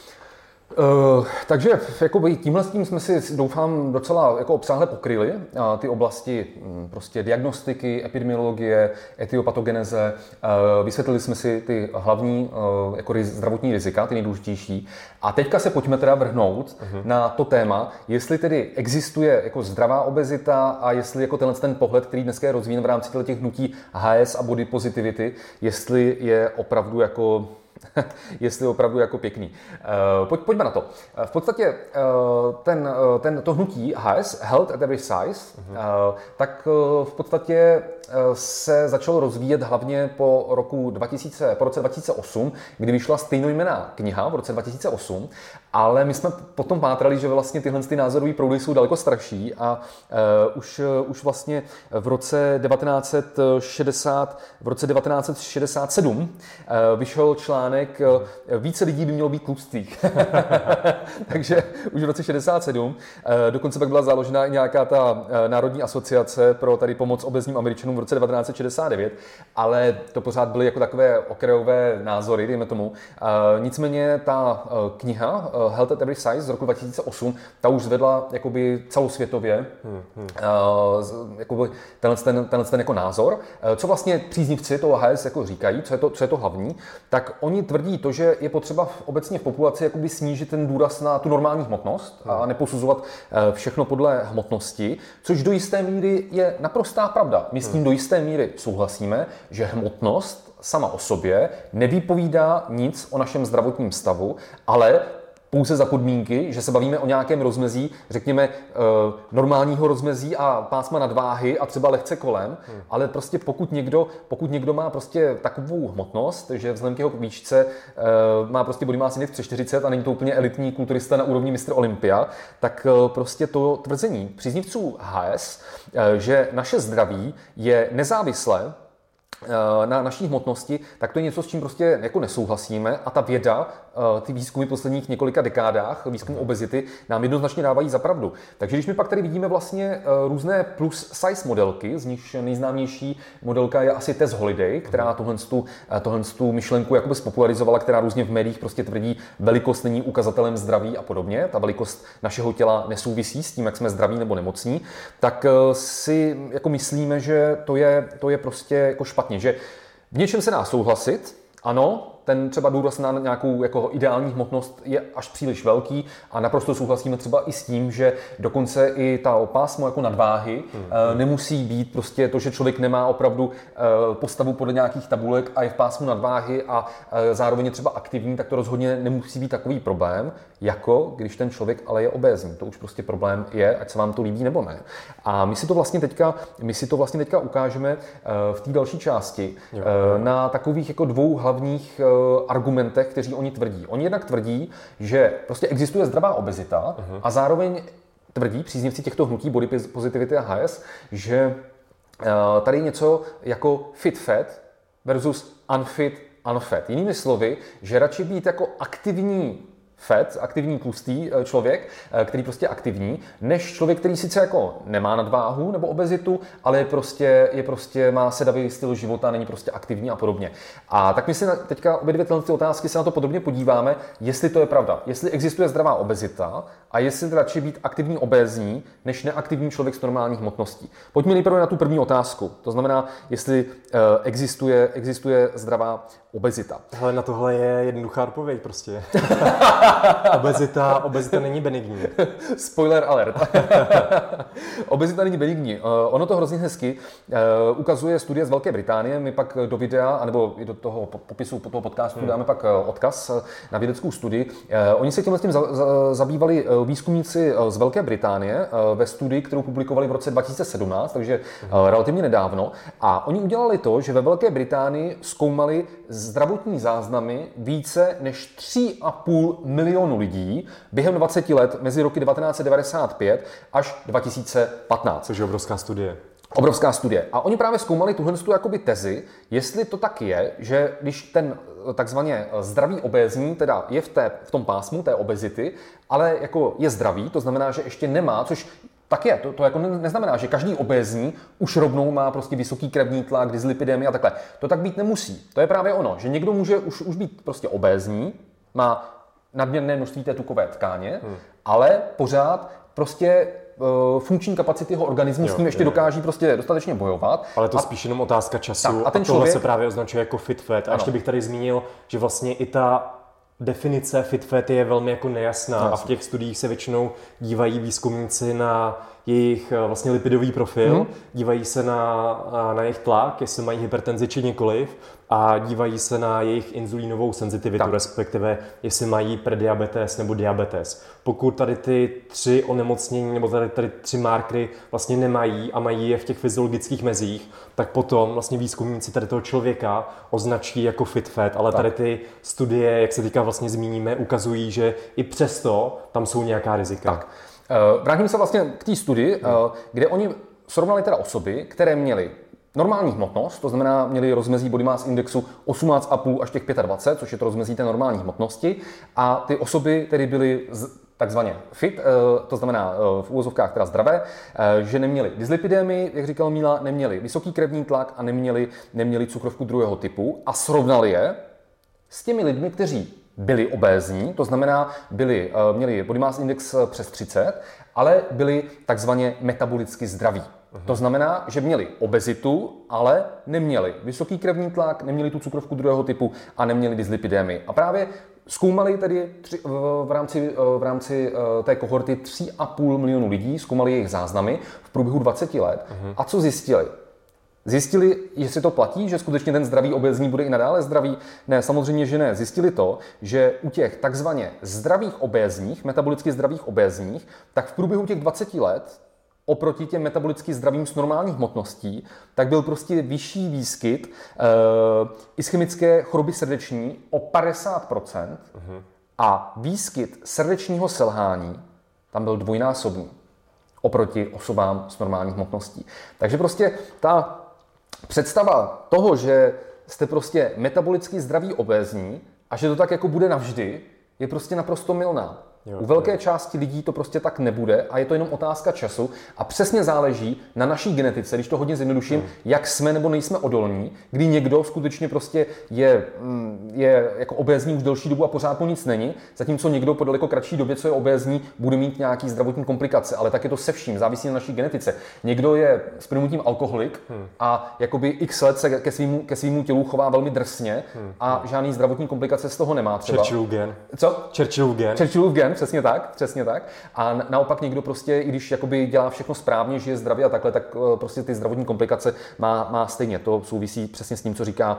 Uh, takže jakoby, tímhle s tím jsme si, doufám, docela jako obsáhle pokryli uh, ty oblasti um, prostě diagnostiky, epidemiologie, etiopatogeneze. Uh, vysvětlili jsme si ty hlavní uh, jako riz, zdravotní rizika, ty nejdůležitější. A teďka se pojďme teda vrhnout uh-huh. na to téma, jestli tedy existuje jako zdravá obezita a jestli jako tenhle ten pohled, který dneska je rozvíjen v rámci těch hnutí H S a body positivity, jestli je opravdu jako jestli opravdu jako pěkný. Pojď, pojďme na to. V podstatě ten, ten, to hnutí H S, Health at Every Size, uh-huh. tak v podstatě se začalo rozvíjet hlavně po roku dva tisíce, po roce dva tisíce osm, kdy vyšla stejnojmenná kniha v roce dva tisíce osm, ale my jsme potom pátrali, že vlastně tyhle ty názorové proudy jsou daleko starší a uh, už, už vlastně v roce devatenáct set šedesát, v roce devatenáct set šedesát sedm uh, vyšel článek uh, Více lidí by mělo být tlustých. Takže už v roce šedesát sedm, uh, dokonce pak byla založena i nějaká ta uh, Národní asociace pro tady pomoc obézním Američanům v roce devatenáct set šedesát devět, ale to pořád byly jako takové okrajové názory, dejme tomu. Uh, nicméně ta uh, kniha Health at Every Size z roku dva tisíce osm, ta už zvedla jakoby celosvětově hmm, hmm. Uh, jakoby tenhle, ten, tenhle ten jako názor. Uh, co vlastně příznivci toho H S jako říkají, co je, to, co je to hlavní, tak oni tvrdí to, že je potřeba v, obecně v populaci jakoby snížit ten důraz na tu normální hmotnost hmm. a neposuzovat uh, všechno podle hmotnosti, což do jisté míry je naprostá pravda. My s tím hmm. do jisté míry souhlasíme, že hmotnost sama o sobě nevypovídá nic o našem zdravotním stavu, ale pouze za podmínky, že se bavíme o nějakém rozmezí, řekněme normálního rozmezí a pásma nadváhy a třeba lehce kolem, hmm. ale prostě pokud někdo, pokud někdo má prostě takovou hmotnost, že vzhledem k jeho výšce má prostě body mass index přes čtyřicet a není to úplně elitní kulturista na úrovni mistr Olympia, tak prostě to tvrzení příznivců H S, že naše zdraví je nezávislé na naší hmotnosti, tak to je něco, s čím prostě jako nesouhlasíme a ta věda, ty výzkumy v posledních několika dekádách, výzkum obezity, nám jednoznačně dávají za pravdu. Takže když my pak tady vidíme vlastně různé plus size modelky, z nichž nejznámější modelka je asi Tess Holiday, která tohle tu, tohle tu myšlenku jakoby spopularizovala, která různě v médiích prostě tvrdí, velikost není ukazatelem zdraví a podobně, ta velikost našeho těla nesouvisí s tím, jak jsme zdraví nebo nemocní, tak si jako myslíme, že to je, to je prostě jako špatně. Že v něčem se dá souhlasit, ano, ten třeba důraz na nějakou jako ideální hmotnost je až příliš velký a naprosto souhlasíme třeba i s tím, že dokonce i ta pásmo jako nadváhy hmm. nemusí být prostě to, že člověk nemá opravdu postavu podle nějakých tabulek a je v pásmu nadváhy a zároveň je třeba aktivní, tak to rozhodně nemusí být takový problém, jako když ten člověk ale je obézní. To už prostě problém je, ať se vám to líbí nebo ne. A my si to vlastně teďka, my si to vlastně teďka ukážeme v té další části jo. na takových jako dvou hlavních argumentech, kteří oni tvrdí. Oni jednak tvrdí, že prostě existuje zdravá obezita uh-huh. a zároveň tvrdí příznivci těchto hnutí body positivity a H S, že tady je něco jako fit fat versus unfit unfat. Jinými slovy, že radši být jako aktivní fat, aktivní tlustý člověk, který prostě je aktivní, než člověk, který sice jako nemá nadváhu nebo obezitu, ale je prostě, je prostě má sedavý styl života, není prostě aktivní a podobně. A tak my si teďka obě dvě ty otázky se na to podrobně podíváme, jestli to je pravda. Jestli existuje zdravá obezita a jestli radši být aktivní obézní, než neaktivní člověk s normální hmotností. Pojďme nejprve na tu první otázku. To znamená, jestli uh, existuje, existuje zdravá obezita. Hele, na tohle je jednoduchá odpověď prostě. obezita, obezita není benigní. Spoiler alert. Obezita není benigní. Uh, ono to hrozně hezky uh, ukazuje studie z Velké Británie. My pak do videa, anebo i do toho popisu toho podcastu hmm. dáme pak odkaz na vědeckou studii. Uh, oni se tímhle tím za, za, zabývali výzkumníci z Velké Británie uh, ve studii, kterou publikovali v roce dva tisíce sedmnáct, takže uh, relativně nedávno. A oni udělali to, že ve Velké Británii zkoumali zdravotní záznamy více než tři a půl milionu lidí během dvaceti let mezi roky devatenáct set devadesát pět až dva tisíce patnáct. Což je obrovská studie. Obrovská studie. A oni právě zkoumali tuhle jakoby tezi, jestli to tak je, že když ten takzvaně zdravý obézní teda je v, té, v tom pásmu té obezity, ale jako je zdravý, to znamená, že ještě nemá, což tak je, to, to jako neznamená, že každý obézní už rovnou má prostě vysoký krevní tlak, dyslipidemie a takhle. To tak být nemusí. To je právě ono, že někdo může už, už být prostě obézní, má nadměrné množství té tukové tkáně, hmm. ale pořád prostě uh, funkční kapacity jeho organismu jo, s tím ještě jo. dokáží prostě dostatečně bojovat. Ale to a, spíš jenom otázka času tak, a, ten a tohle člověk se právě označuje jako fit fat. A ano. ještě bych tady zmínil, že vlastně i ta definice fit fat je velmi jako nejasná no, a v těch studiích se většinou dívají výzkumníci na jejich vlastně lipidový profil, hmm. dívají se na, na jejich tlak, jestli mají hypertenzi či nikoliv a dívají se na jejich inzulínovou senzitivitu, tak. respektive jestli mají prediabetes nebo diabetes. Pokud tady ty tři onemocnění nebo tady, tady tři markery vlastně nemají a mají je v těch fyziologických mezích, tak potom vlastně výzkumníci tady toho člověka označí jako fit fat, ale tak. tady ty studie, jak se teďka vlastně zmíníme, ukazují, že i přesto tam jsou nějaká rizika. Tak. Vrátím se vlastně k té studii, hmm. kde oni srovnali teda osoby, které měly normální hmotnost, to znamená měli rozmezí body mass indexu osmnáct celá pět až těch dvacet pět, což je to rozmezí té normální hmotnosti, a ty osoby tedy byly takzvaně fit, to znamená v úvozovkách teda zdravé, že neměli dyslipidemii, jak říkal Míla, neměli vysoký krevní tlak a neměli, neměli cukrovku druhého typu a srovnali je s těmi lidmi, kteří byli obézní, to znamená, byli, měli body mass index přes třicet, ale byli takzvaně metabolicky zdraví. Uhum. To znamená, že měli obezitu, ale neměli vysoký krevní tlak, neměli tu cukrovku druhého typu a neměli dyslipidémii. A právě zkoumali tedy tři, v, rámci, v rámci té kohorty tři a půl milionu lidí, zkoumali jejich záznamy v průběhu dvaceti let. Uhum. A co zjistili? Zjistili, jestli to platí, že skutečně ten zdravý obézní bude i nadále zdravý? Ne, samozřejmě, že ne. Zjistili to, že u těch takzvaně zdravých obézních, metabolicky zdravých obézních, tak v průběhu těch dvaceti let oproti těm metabolicky zdravým s normální hmotností, tak byl prostě vyšší výskyt e, ischemické choroby srdeční o padesát procent uh-huh. a výskyt srdečního selhání tam byl dvojnásobný oproti osobám s normální hmotností. Takže prostě ta představa toho, že jste prostě metabolicky zdraví obézní a že to tak jako bude navždy, je prostě naprosto mylná. Jo, U velké jo. části lidí to prostě tak nebude a je to jenom otázka času a přesně záleží na naší genetice, když to hodně zjednoduším, hmm. jak jsme nebo nejsme odolní, kdy někdo skutečně prostě je, je jako obézní už delší dobu a pořád mu nic není, zatímco někdo po daleko kratší době, co je obézní, bude mít nějaký zdravotní komplikace, ale tak je to se vším, závisí na naší genetice. Někdo je s prominutím alkoholik hmm. a jakoby x let se ke svýmu, ke svýmu tělu chová velmi drsně hmm. a žádný zdravotní komplikace z toho nemá třeba. Churchillův gen. Co? Churchillův gen. Churchillův gen. Přesně tak, přesně tak. A naopak někdo prostě, i když jakoby dělá všechno správně, žije zdravě a takhle, tak prostě ty zdravotní komplikace má, má stejně. To souvisí přesně s tím, co říká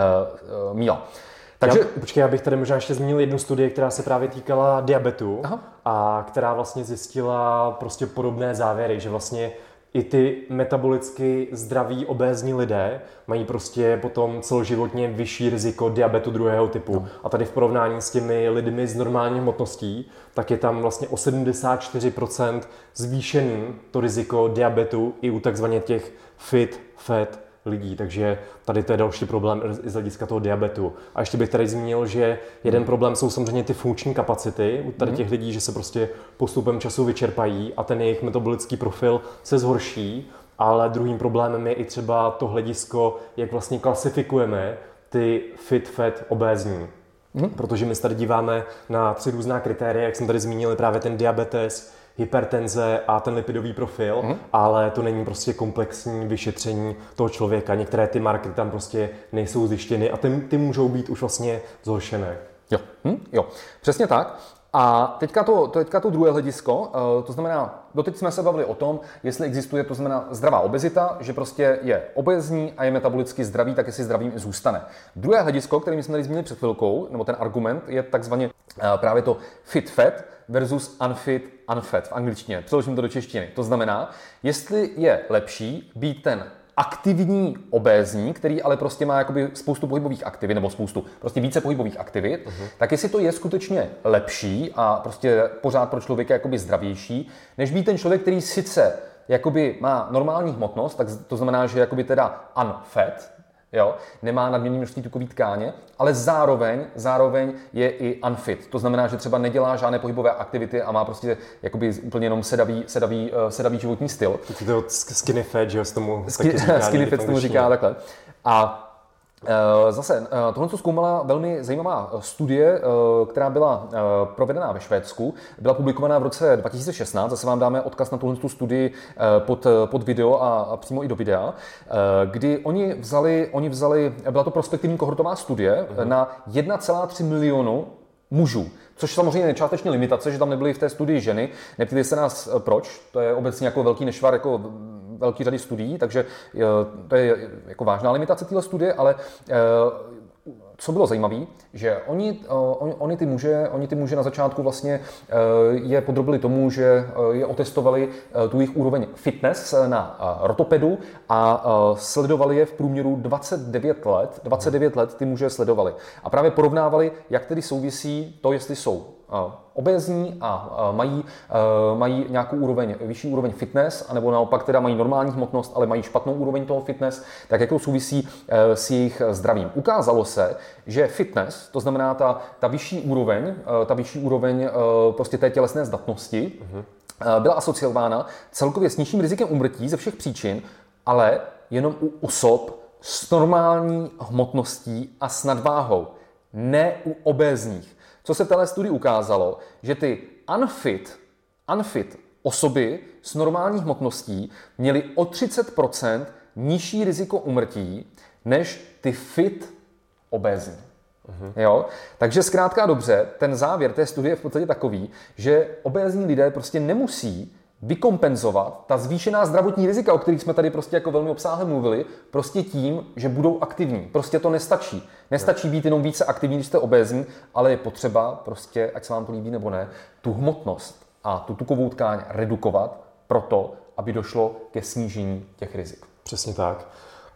uh, uh, Míla. Takže... Já, počkej, já bych tady možná ještě zmínil jednu studii, která se právě týkala diabetu. Aha. A která vlastně zjistila prostě podobné závěry, že vlastně i ty metabolicky zdraví obézní lidé mají prostě potom celoživotně vyšší riziko diabetu druhého typu. No. A tady v porovnání s těmi lidmi s normální hmotností, tak je tam vlastně o sedmdesát čtyři procent zvýšený to riziko diabetu i u takzvaně těch fit, fat lidí, takže tady to je další problém i z hlediska toho diabetu. A ještě bych tady zmínil, že jeden mm. problém jsou samozřejmě ty funkční kapacity u tady těch lidí, že se prostě postupem času vyčerpají a ten jejich metabolický profil se zhorší, ale druhým problémem je i třeba to hledisko, jak vlastně klasifikujeme ty fit, fat, obézní. Mm. Protože my se tady díváme na tři různá kritéria, jak jsem tady zmínil, právě ten diabetes, hypertenze a ten lipidový profil, mm. ale to není prostě komplexní vyšetření toho člověka. Některé ty markery tam prostě nejsou zjištěny a ty, ty můžou být už vlastně zhoršené. Jo, hm, jo, přesně tak. A teďka to, teďka to druhé hledisko, to znamená, doteď jsme se bavili o tom, jestli existuje, to znamená zdravá obezita, že prostě je obézní a je metabolicky zdravý, tak jestli zdravým i zůstane. Druhé hledisko, které jsme tady zmínili před chvilkou, nebo ten argument, je takzvaně právě to fit fat versus unfit unfat v angličtině. Přeložím to do češtiny. To znamená, jestli je lepší být ten aktivní obézní, který ale prostě má jakoby spoustu pohybových aktivit, nebo spoustu, prostě více pohybových aktivit, uh-huh. tak jestli to je skutečně lepší a prostě pořád pro člověka jakoby zdravější, než být ten člověk, který sice jakoby má normální hmotnost, tak to znamená, že jakoby teda unfat, jo, nemá nadměrné množství tukové tkáně, ale zároveň, zároveň je i unfit. To znamená, že třeba nedělá žádné pohybové aktivity a má prostě jakoby úplně jenom sedavý, sedavý, sedavý životní styl. Tak to skinny fat, že jo, s tomu Ski, taky říká. Skinny fat tomu říká takhle. A zase, tohle co zkoumala velmi zajímavá studie, která byla provedena ve Švédsku, byla publikovaná v roce dva tisíce šestnáct, zase vám dáme odkaz na tuhle studii pod, pod video a přímo i do videa, kdy oni vzali, oni vzali, byla to prospektivní kohortová studie uh-huh. na jedna celá tři milionu mužů. Což samozřejmě je částečně limitace, že tam nebyly v té studii ženy. Neptejte se nás proč, to je obecně jako velký nešvar, jako velký řady studií, takže to je jako vážná limitace téhle studie, ale co bylo zajímavé, že oni, oni, oni, ty muže, oni ty muže na začátku vlastně je podrobili tomu, že je otestovali tu jejich úroveň fitness na rotopedu a sledovali je v průměru dvacet devět let. dvacet devět let ty muže sledovali. A právě porovnávali, jak tedy souvisí to, jestli jsou obézní a mají, mají nějakou úroveň, vyšší úroveň fitness, anebo naopak teda mají normální hmotnost, ale mají špatnou úroveň toho fitness, tak jak to souvisí s jejich zdravím. Ukázalo se, že fitness, to znamená ta, ta vyšší úroveň, ta vyšší úroveň prostě té tělesné zdatnosti, uh-huh. byla asociována celkově s nižším rizikem úmrtí ze všech příčin, ale jenom u osob s normální hmotností a s nadváhou, ne u obézních. co se v téhle studii ukázalo, že ty unfit, unfit osoby s normální hmotností měly o třicet procent nižší riziko úmrtí než ty fit obézní. Uh-huh. Jo? Takže zkrátka a dobře, ten závěr té studie je v podstatě takový, že obézní lidé prostě nemusí vykompenzovat ta zvýšená zdravotní rizika, o kterých jsme tady prostě jako velmi obsáhle mluvili, prostě tím, že budou aktivní. Prostě to nestačí. Nestačí být jenom více aktivní, když jste obézní, ale je potřeba prostě, ať se vám to líbí nebo ne, tu hmotnost a tu tukovou tkáň redukovat proto, aby došlo ke snížení těch rizik. Přesně tak.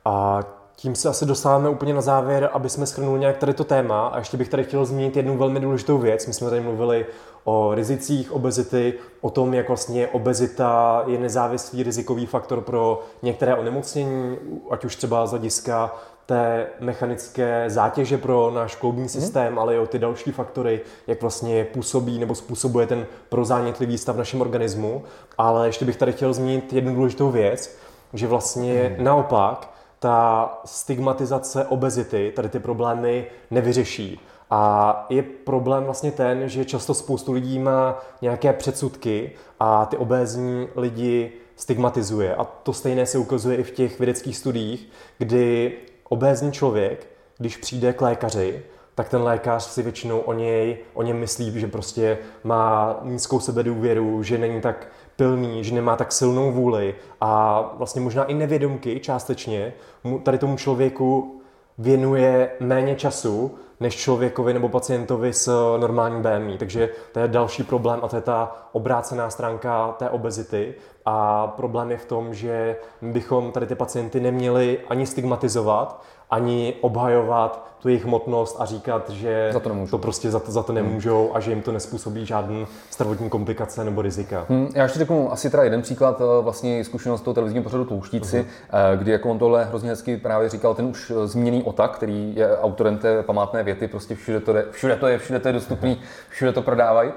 A tím se asi dostáváme úplně na závěr, aby jsme shrnuli nějak tady to téma. A ještě bych tady chtěl zmínit jednu velmi důležitou věc. My jsme tady mluvili o rizicích obezity, o tom, jak vlastně obezita je nezávislý rizikový faktor pro některé onemocnění, ať už třeba z hlediska té mechanické zátěže pro náš kloubní systém, mm. ale i o ty další faktory, jak vlastně působí nebo způsobuje ten prozánětlivý stav v našem organismu. Ale ještě bych tady chtěl zmínit jednu důležitou věc, že vlastně mm. naopak ta stigmatizace obezity tady ty problémy nevyřeší. A je problém vlastně ten, že často spoustu lidí má nějaké předsudky a ty obézní lidi stigmatizuje. A to stejné se ukazuje i v těch vědeckých studiích, kdy obézní člověk, když přijde k lékaři, tak ten lékař si většinou o něj, o něm myslí, že prostě má nízkou sebedůvěru, že není tak pilný, že nemá tak silnou vůli a vlastně možná i nevědomky částečně tady tomu člověku věnuje méně času než člověkovi nebo pacientovi s normálním B M I. Takže to je další problém a to je ta obrácená stránka té obezity. A problém je v tom, že bychom tady ty pacienty neměli ani stigmatizovat, ani obhajovat tu jejich hmotnost a říkat, že za to, nemůžu. to prostě za to, za to nemůžou hmm. a že jim to nespůsobí žádný zdravotní komplikace nebo rizika. Hmm, já ještě řeknu asi teda jeden příklad, vlastně zkušenost toho televizního pořadu Tlouštíci, uh-huh. kdy jako on tohle hrozně hezky právě říkal ten už zmíněný Otak, který je autorem té památné věty, prostě všude to je, všude to je, všude to je dostupný, všude to prodávají.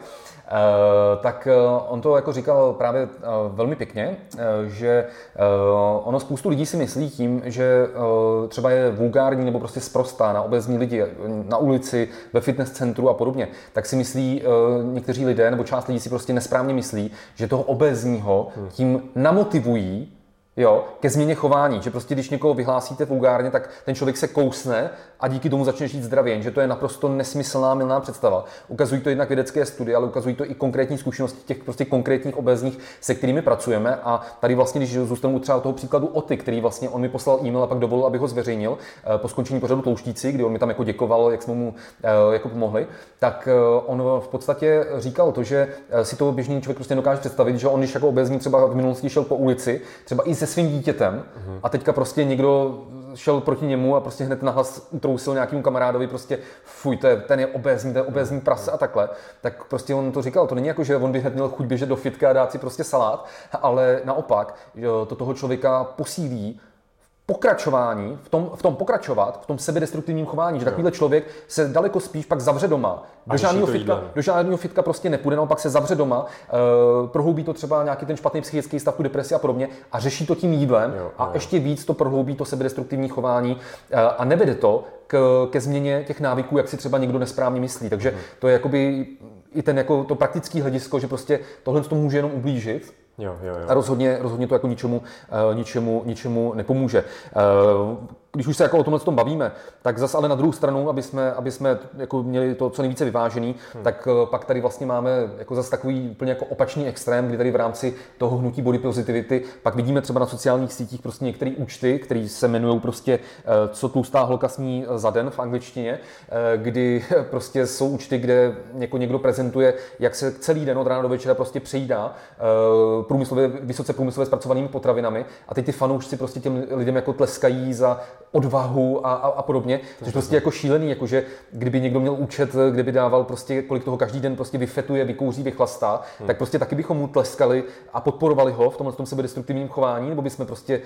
Uh, tak uh, on to jako říkal právě uh, velmi pěkně, uh, že uh, ono spoustu lidí si myslí tím, že uh, třeba je vulgární nebo prostě sprostá na obézní lidi na ulici, ve fitness centru a podobně, tak si myslí uh, někteří lidé nebo část lidí si prostě nesprávně myslí, že toho obézního tím namotivují jo, ke změně chování, že prostě když někoho vyhlásíte vulgárně, tak ten člověk se kousne a díky tomu začne žít zdravě, že to je naprosto nesmyslná, mylná představa. Ukazují to jednak vědecké studie, ale ukazují to i konkrétní zkušenosti těch prostě konkrétních obézních, se kterými pracujeme. A tady vlastně, když zůstanu třeba toho příkladu Oty, který vlastně on mi poslal e-mail a pak dovolil, abych ho zveřejnil po skončení pořadu Tlouštíci, kdy on mi tam jako děkoval, jak jsme mu jako pomohli, tak on v podstatě říkal to, že si to běžný člověk prostě dokáže představit, že on když jako obézní třeba v minulosti šel po ulici, třeba i se svým dítětem uh-huh. a teďka prostě někdo šel proti němu a prostě hned nahlas utrousil nějakému kamarádovi prostě fuj, to je, ten je obézní, to je obézní prase a takhle, tak prostě on to říkal, to není jako, že on by hned měl chuť běžet do fitka a dát si prostě salát, ale naopak, to toho člověka posílí pokračování, v tom, v tom pokračovat, v tom sebedestruktivním chování, že takovýhle člověk se daleko spíš pak zavře doma. Do žádného fitka, do žádného fitka prostě nepůjde, naopak se zavře doma, uh, prohloubí to třeba nějaký ten špatný psychický stav, tu depresi a podobně a řeší to tím jídlem jo, a jo. ještě víc to prohloubí to sebedestruktivní chování uh, a nevede to k, ke změně těch návyků, jak si třeba někdo nesprávně myslí. Takže hmm. to je jakoby i ten jako to praktický hledisko, že prostě tohle to může jenom ublížit. Jo, jo, jo. A rozhodně, rozhodně to jako ničemu, uh, ničemu, ničemu nepomůže. Uh, když už se jako o tomhle tom bavíme, tak zase ale na druhou stranu, aby jsme, aby jsme jako měli to co nejvíce vyvážený, hmm. tak uh, pak tady vlastně máme jako zase takový úplně jako opačný extrém, kdy tady v rámci toho hnutí body positivity pak vidíme třeba na sociálních sítích prostě některé účty, které se jmenují prostě uh, co tlustá holka sní za den v angličtině, uh, kdy prostě jsou účty, kde jako někdo prezentuje, jak se celý den od rána do večera prostě přejídá uh, průmyslově, vysoce průmyslově zpracovanými potravinami a teď ty fanoušci prostě těm lidem jako tleskají za odvahu a, a, a podobně. To je prostě jako šílený, jakože kdyby někdo měl účet, kdyby dával prostě, kolik toho každý den prostě vyfetuje, vykouří, vychlastá, hmm. tak prostě taky bychom mu tleskali a podporovali ho v tomhle tom sebedestruktivním chování, nebo bychom prostě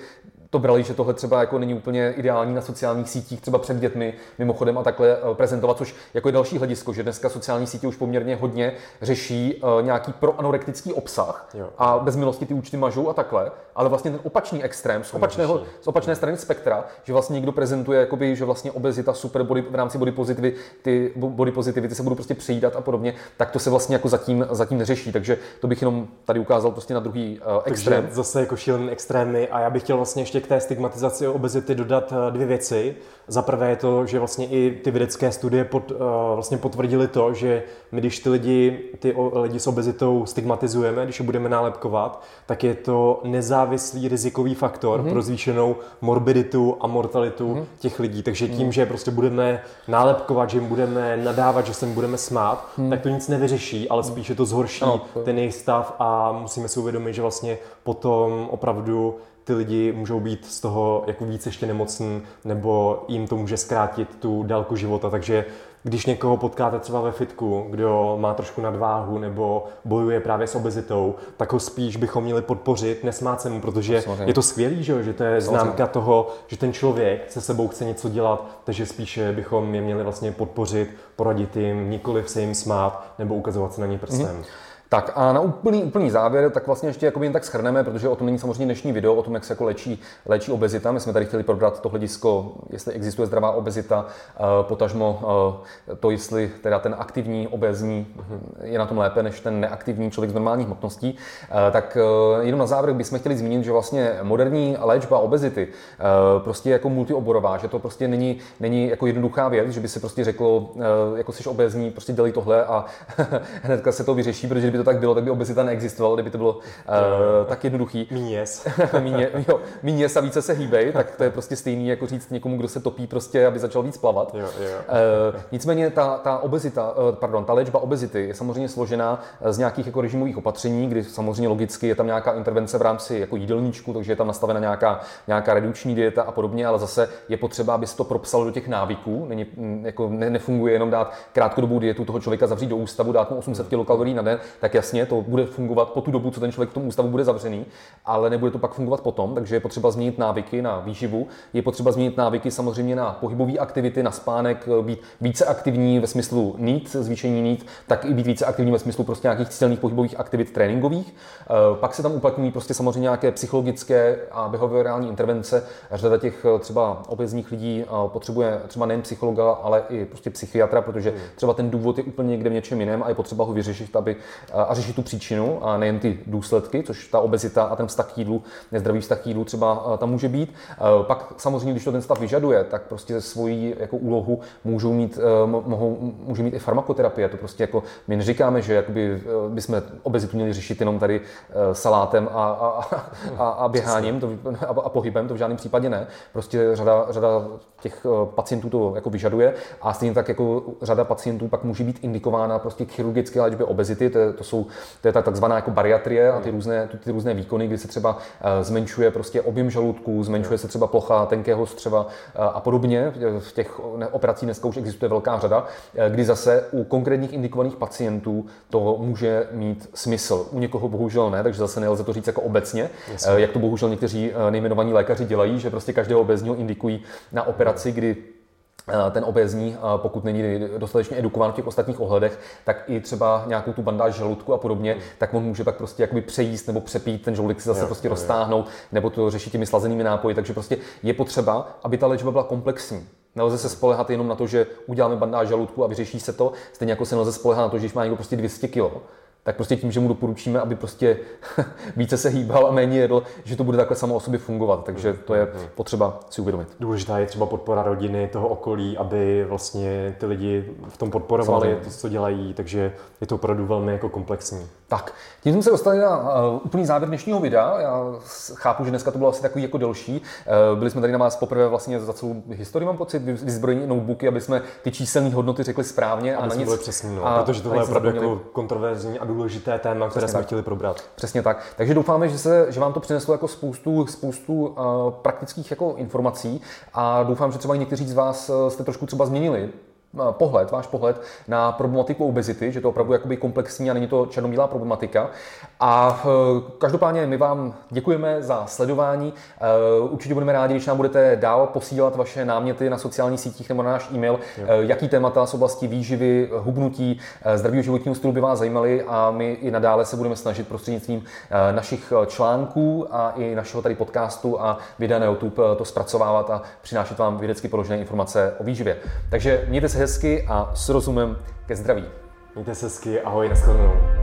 to brali, že tohle třeba jako není úplně ideální na sociálních sítích, třeba před dětmi mimochodem a takhle prezentovat, což jako je další hledisko, že dneska sociální sítě už poměrně hodně řeší uh, nějaký proanorektický obsah jo. a bez milosti ty účty mažou a takhle, ale vlastně ten opačný extrém z, opačného, z opačné strany spektra, že vlastně někdo prezentuje, jakoby, že vlastně obezita, super body, v rámci body positivity, ty body positivity se budou prostě přejídat a podobně, tak to se vlastně jako zatím, zatím neřeší, takže to bych jenom tady ukázal prostě na druhý uh, extrém. Takže zase jako šílený extrémy a já bych chtěl vlastně ještě k té stigmatizaci obezity dodat dvě věci. Za prvé je to, že vlastně i ty vědecké studie pod, uh, vlastně potvrdily to, že my když ty lidi, ty o, lidi s obezitou stigmatizujeme, když je budeme nálepkovat, tak je to nezávislý rizikový faktor mm-hmm. pro zvýšenou morbiditu a mortalitu mm-hmm. těch lidí. Takže tím, mm. že prostě budeme nálepkovat, že jim budeme nadávat, že se jim budeme smát, mm. tak to nic nevyřeší, ale spíše to zhorší no, to... ten jejich stav a musíme si uvědomit, že vlastně potom opravdu ty lidi můžou být z toho jako víc ještě nemocní, nebo jim to může zkrátit tu délku života. Takže když někoho potkáte třeba ve fitku, kdo má trošku nadváhu nebo bojuje právě s obezitou, tak ho spíš bychom měli podpořit, nesmát se mu, protože je to skvělý, že, že to je známka toho, že ten člověk se sebou chce něco dělat, takže spíše bychom je měli vlastně podpořit, poradit jim, nikoliv se jim smát nebo ukazovat se na ně prstem. Mm-hmm. Tak a na úplný, úplný závěr, tak vlastně ještě jen tak shrneme, protože o tom není samozřejmě dnešní video, o tom, jak se jako léčí, léčí obezita. My jsme tady chtěli probrat to hledisko, jestli existuje zdravá obezita, potažmo to, jestli teda ten aktivní obézní je na tom lépe než ten neaktivní člověk z normálních hmotností. Tak jenom na závěr bychom chtěli zmínit, že vlastně moderní léčba obezity prostě je jako multioborová, že to prostě není, není jako jednoduchá věc, že by se prostě řeklo, jako jsi obézní, prostě dělej tohle a hnedka se to vyřeší, protože to tak bylo, tak by obezita neexistovala, kdyby to bylo uh, tak jednoduchý. Míněs. Míně, jo, míněs a více se hýbej, tak to je prostě stejný, jako říct někomu, kdo se topí, prostě, aby začal víc plavat. Jo, jo. Uh, nicméně ta, ta obezita, uh, pardon, ta léčba obezity je samozřejmě složená z nějakých jako režimových opatření, kdy samozřejmě logicky je tam nějaká intervence v rámci jako jídelníčku, takže je tam nastavena nějaká, nějaká redukční dieta a podobně, ale zase je potřeba, aby se to propsalo do těch návyků. Není, jako ne, nefunguje jenom dát krátkodobou dietu toho člověka, zavřít do ústavu, dát mu osm set kilokalorií na den, tak jasně, to bude fungovat po tu dobu, co ten člověk v tom ústavu bude zavřený, ale nebude to pak fungovat potom, takže je potřeba změnit návyky na výživu, je potřeba změnit návyky samozřejmě na pohybové aktivity, na spánek, být více aktivní ve smyslu need, zvýšení need, tak i být více aktivní ve smyslu prostě nějakých cílených pohybových aktivit tréninkových. Pak se tam uplatňují prostě samozřejmě nějaké psychologické a behaviorální intervence. Řada těch třeba obézních lidí potřebuje třeba nejen psychologa, ale i prostě psychiatra, protože třeba ten důvod je úplně někde v něčem jiném a je potřeba ho vyřešit, aby a řešit tu příčinu a nejen ty důsledky, což ta obezita a ten vztah k jídlu, nezdravý vztah k jídlu třeba tam může být. Pak samozřejmě, když to ten stav vyžaduje, tak prostě svoji jako úlohu můžou mít, mohou, může mít i farmakoterapie. To prostě jako my neříkáme, že jakoby bychom obezitu měli řešit jenom tady salátem a, a, a, a běháním to, a, a pohybem, to v žádném případě ne. Prostě řada, řada těch pacientů to jako vyžaduje a stejně tak jako řada pacientů pak může být indikována prostě k chirurgické léčbě obezity. To, to jsou to je ta takzvaná jako bariatrie a ty různé, ty, ty různé výkony, kdy se třeba uh, zmenšuje prostě objem žaludku, zmenšuje se třeba plocha tenkého střeva uh, a podobně. V těch operací dneska už existuje velká řada, uh, kdy zase u konkrétních indikovaných pacientů to může mít smysl. U někoho bohužel ne, takže zase nelze to říct jako obecně, uh, jak to bohužel někteří uh, nejmenovaní lékaři dělají, že prostě každého obézního indikují na operaci, kdy ten obézní, pokud není dostatečně edukován v těch ostatních ohledech, tak i třeba nějakou tu bandáž žaludku a podobně, mm. tak on může pak prostě jakoby přejíst nebo přepít, ten žaludek si zase jo, prostě jo, roztáhnout, jo. nebo to řešit těmi slazenými nápoji, takže prostě je potřeba, aby ta léčba byla komplexní. Nelze se spoléhat jenom na to, že uděláme bandáž žaludku a vyřeší se to, stejně jako se nelze spoléhat na to, že když má někdo prostě dvě stě kilo, tak prostě tím, že mu doporučíme, aby prostě více se hýbal a méně jedl, že to bude takhle samo o sobě fungovat. Takže to je potřeba si uvědomit. Důležitá je třeba podpora rodiny, toho okolí, aby vlastně ty lidi v tom podporovali to, co dělají, takže je to opravdu velmi jako komplexní. Tak, tím jsme se dostali na uh, úplný závěr dnešního videa. Já chápu, že dneska to bylo asi takový jako delší. Uh, byli jsme tady na vás poprvé vlastně za celou historii, mám pocit, vyzbrojení notebooky, aby jsme ty číselné hodnoty řekli správně. A, a na nic, byli přesní, no, a protože tohle je opravdu jako kontroverzní a důležité téma, které jsme chtěli probrat. Přesně tak. Takže doufáme, že, se, že vám to přineslo jako spoustu, spoustu uh, praktických jako informací a doufám, že třeba i někteří z vás jste trošku třeba změnili pohled, váš pohled na problematiku obezity, že to opravdu jakoby komplexní a není to černobílá problematika. A každopádně my vám děkujeme za sledování. Určitě budeme rádi, když nám budete dál posílat vaše náměty na sociálních sítích nebo na náš e-mail, jo. Jaký témata z oblasti výživy, hubnutí, zdravého životního stylu by vás zajímaly a my i nadále se budeme snažit prostřednictvím našich článků a i našeho tady podcastu a videa na YouTube to zpracovávat a přinášet vám vědecky položené informace o výživě. Takže mějte se hezky a s rozumem ke zdraví. Mějte se hezky, ahoj, nashledanou.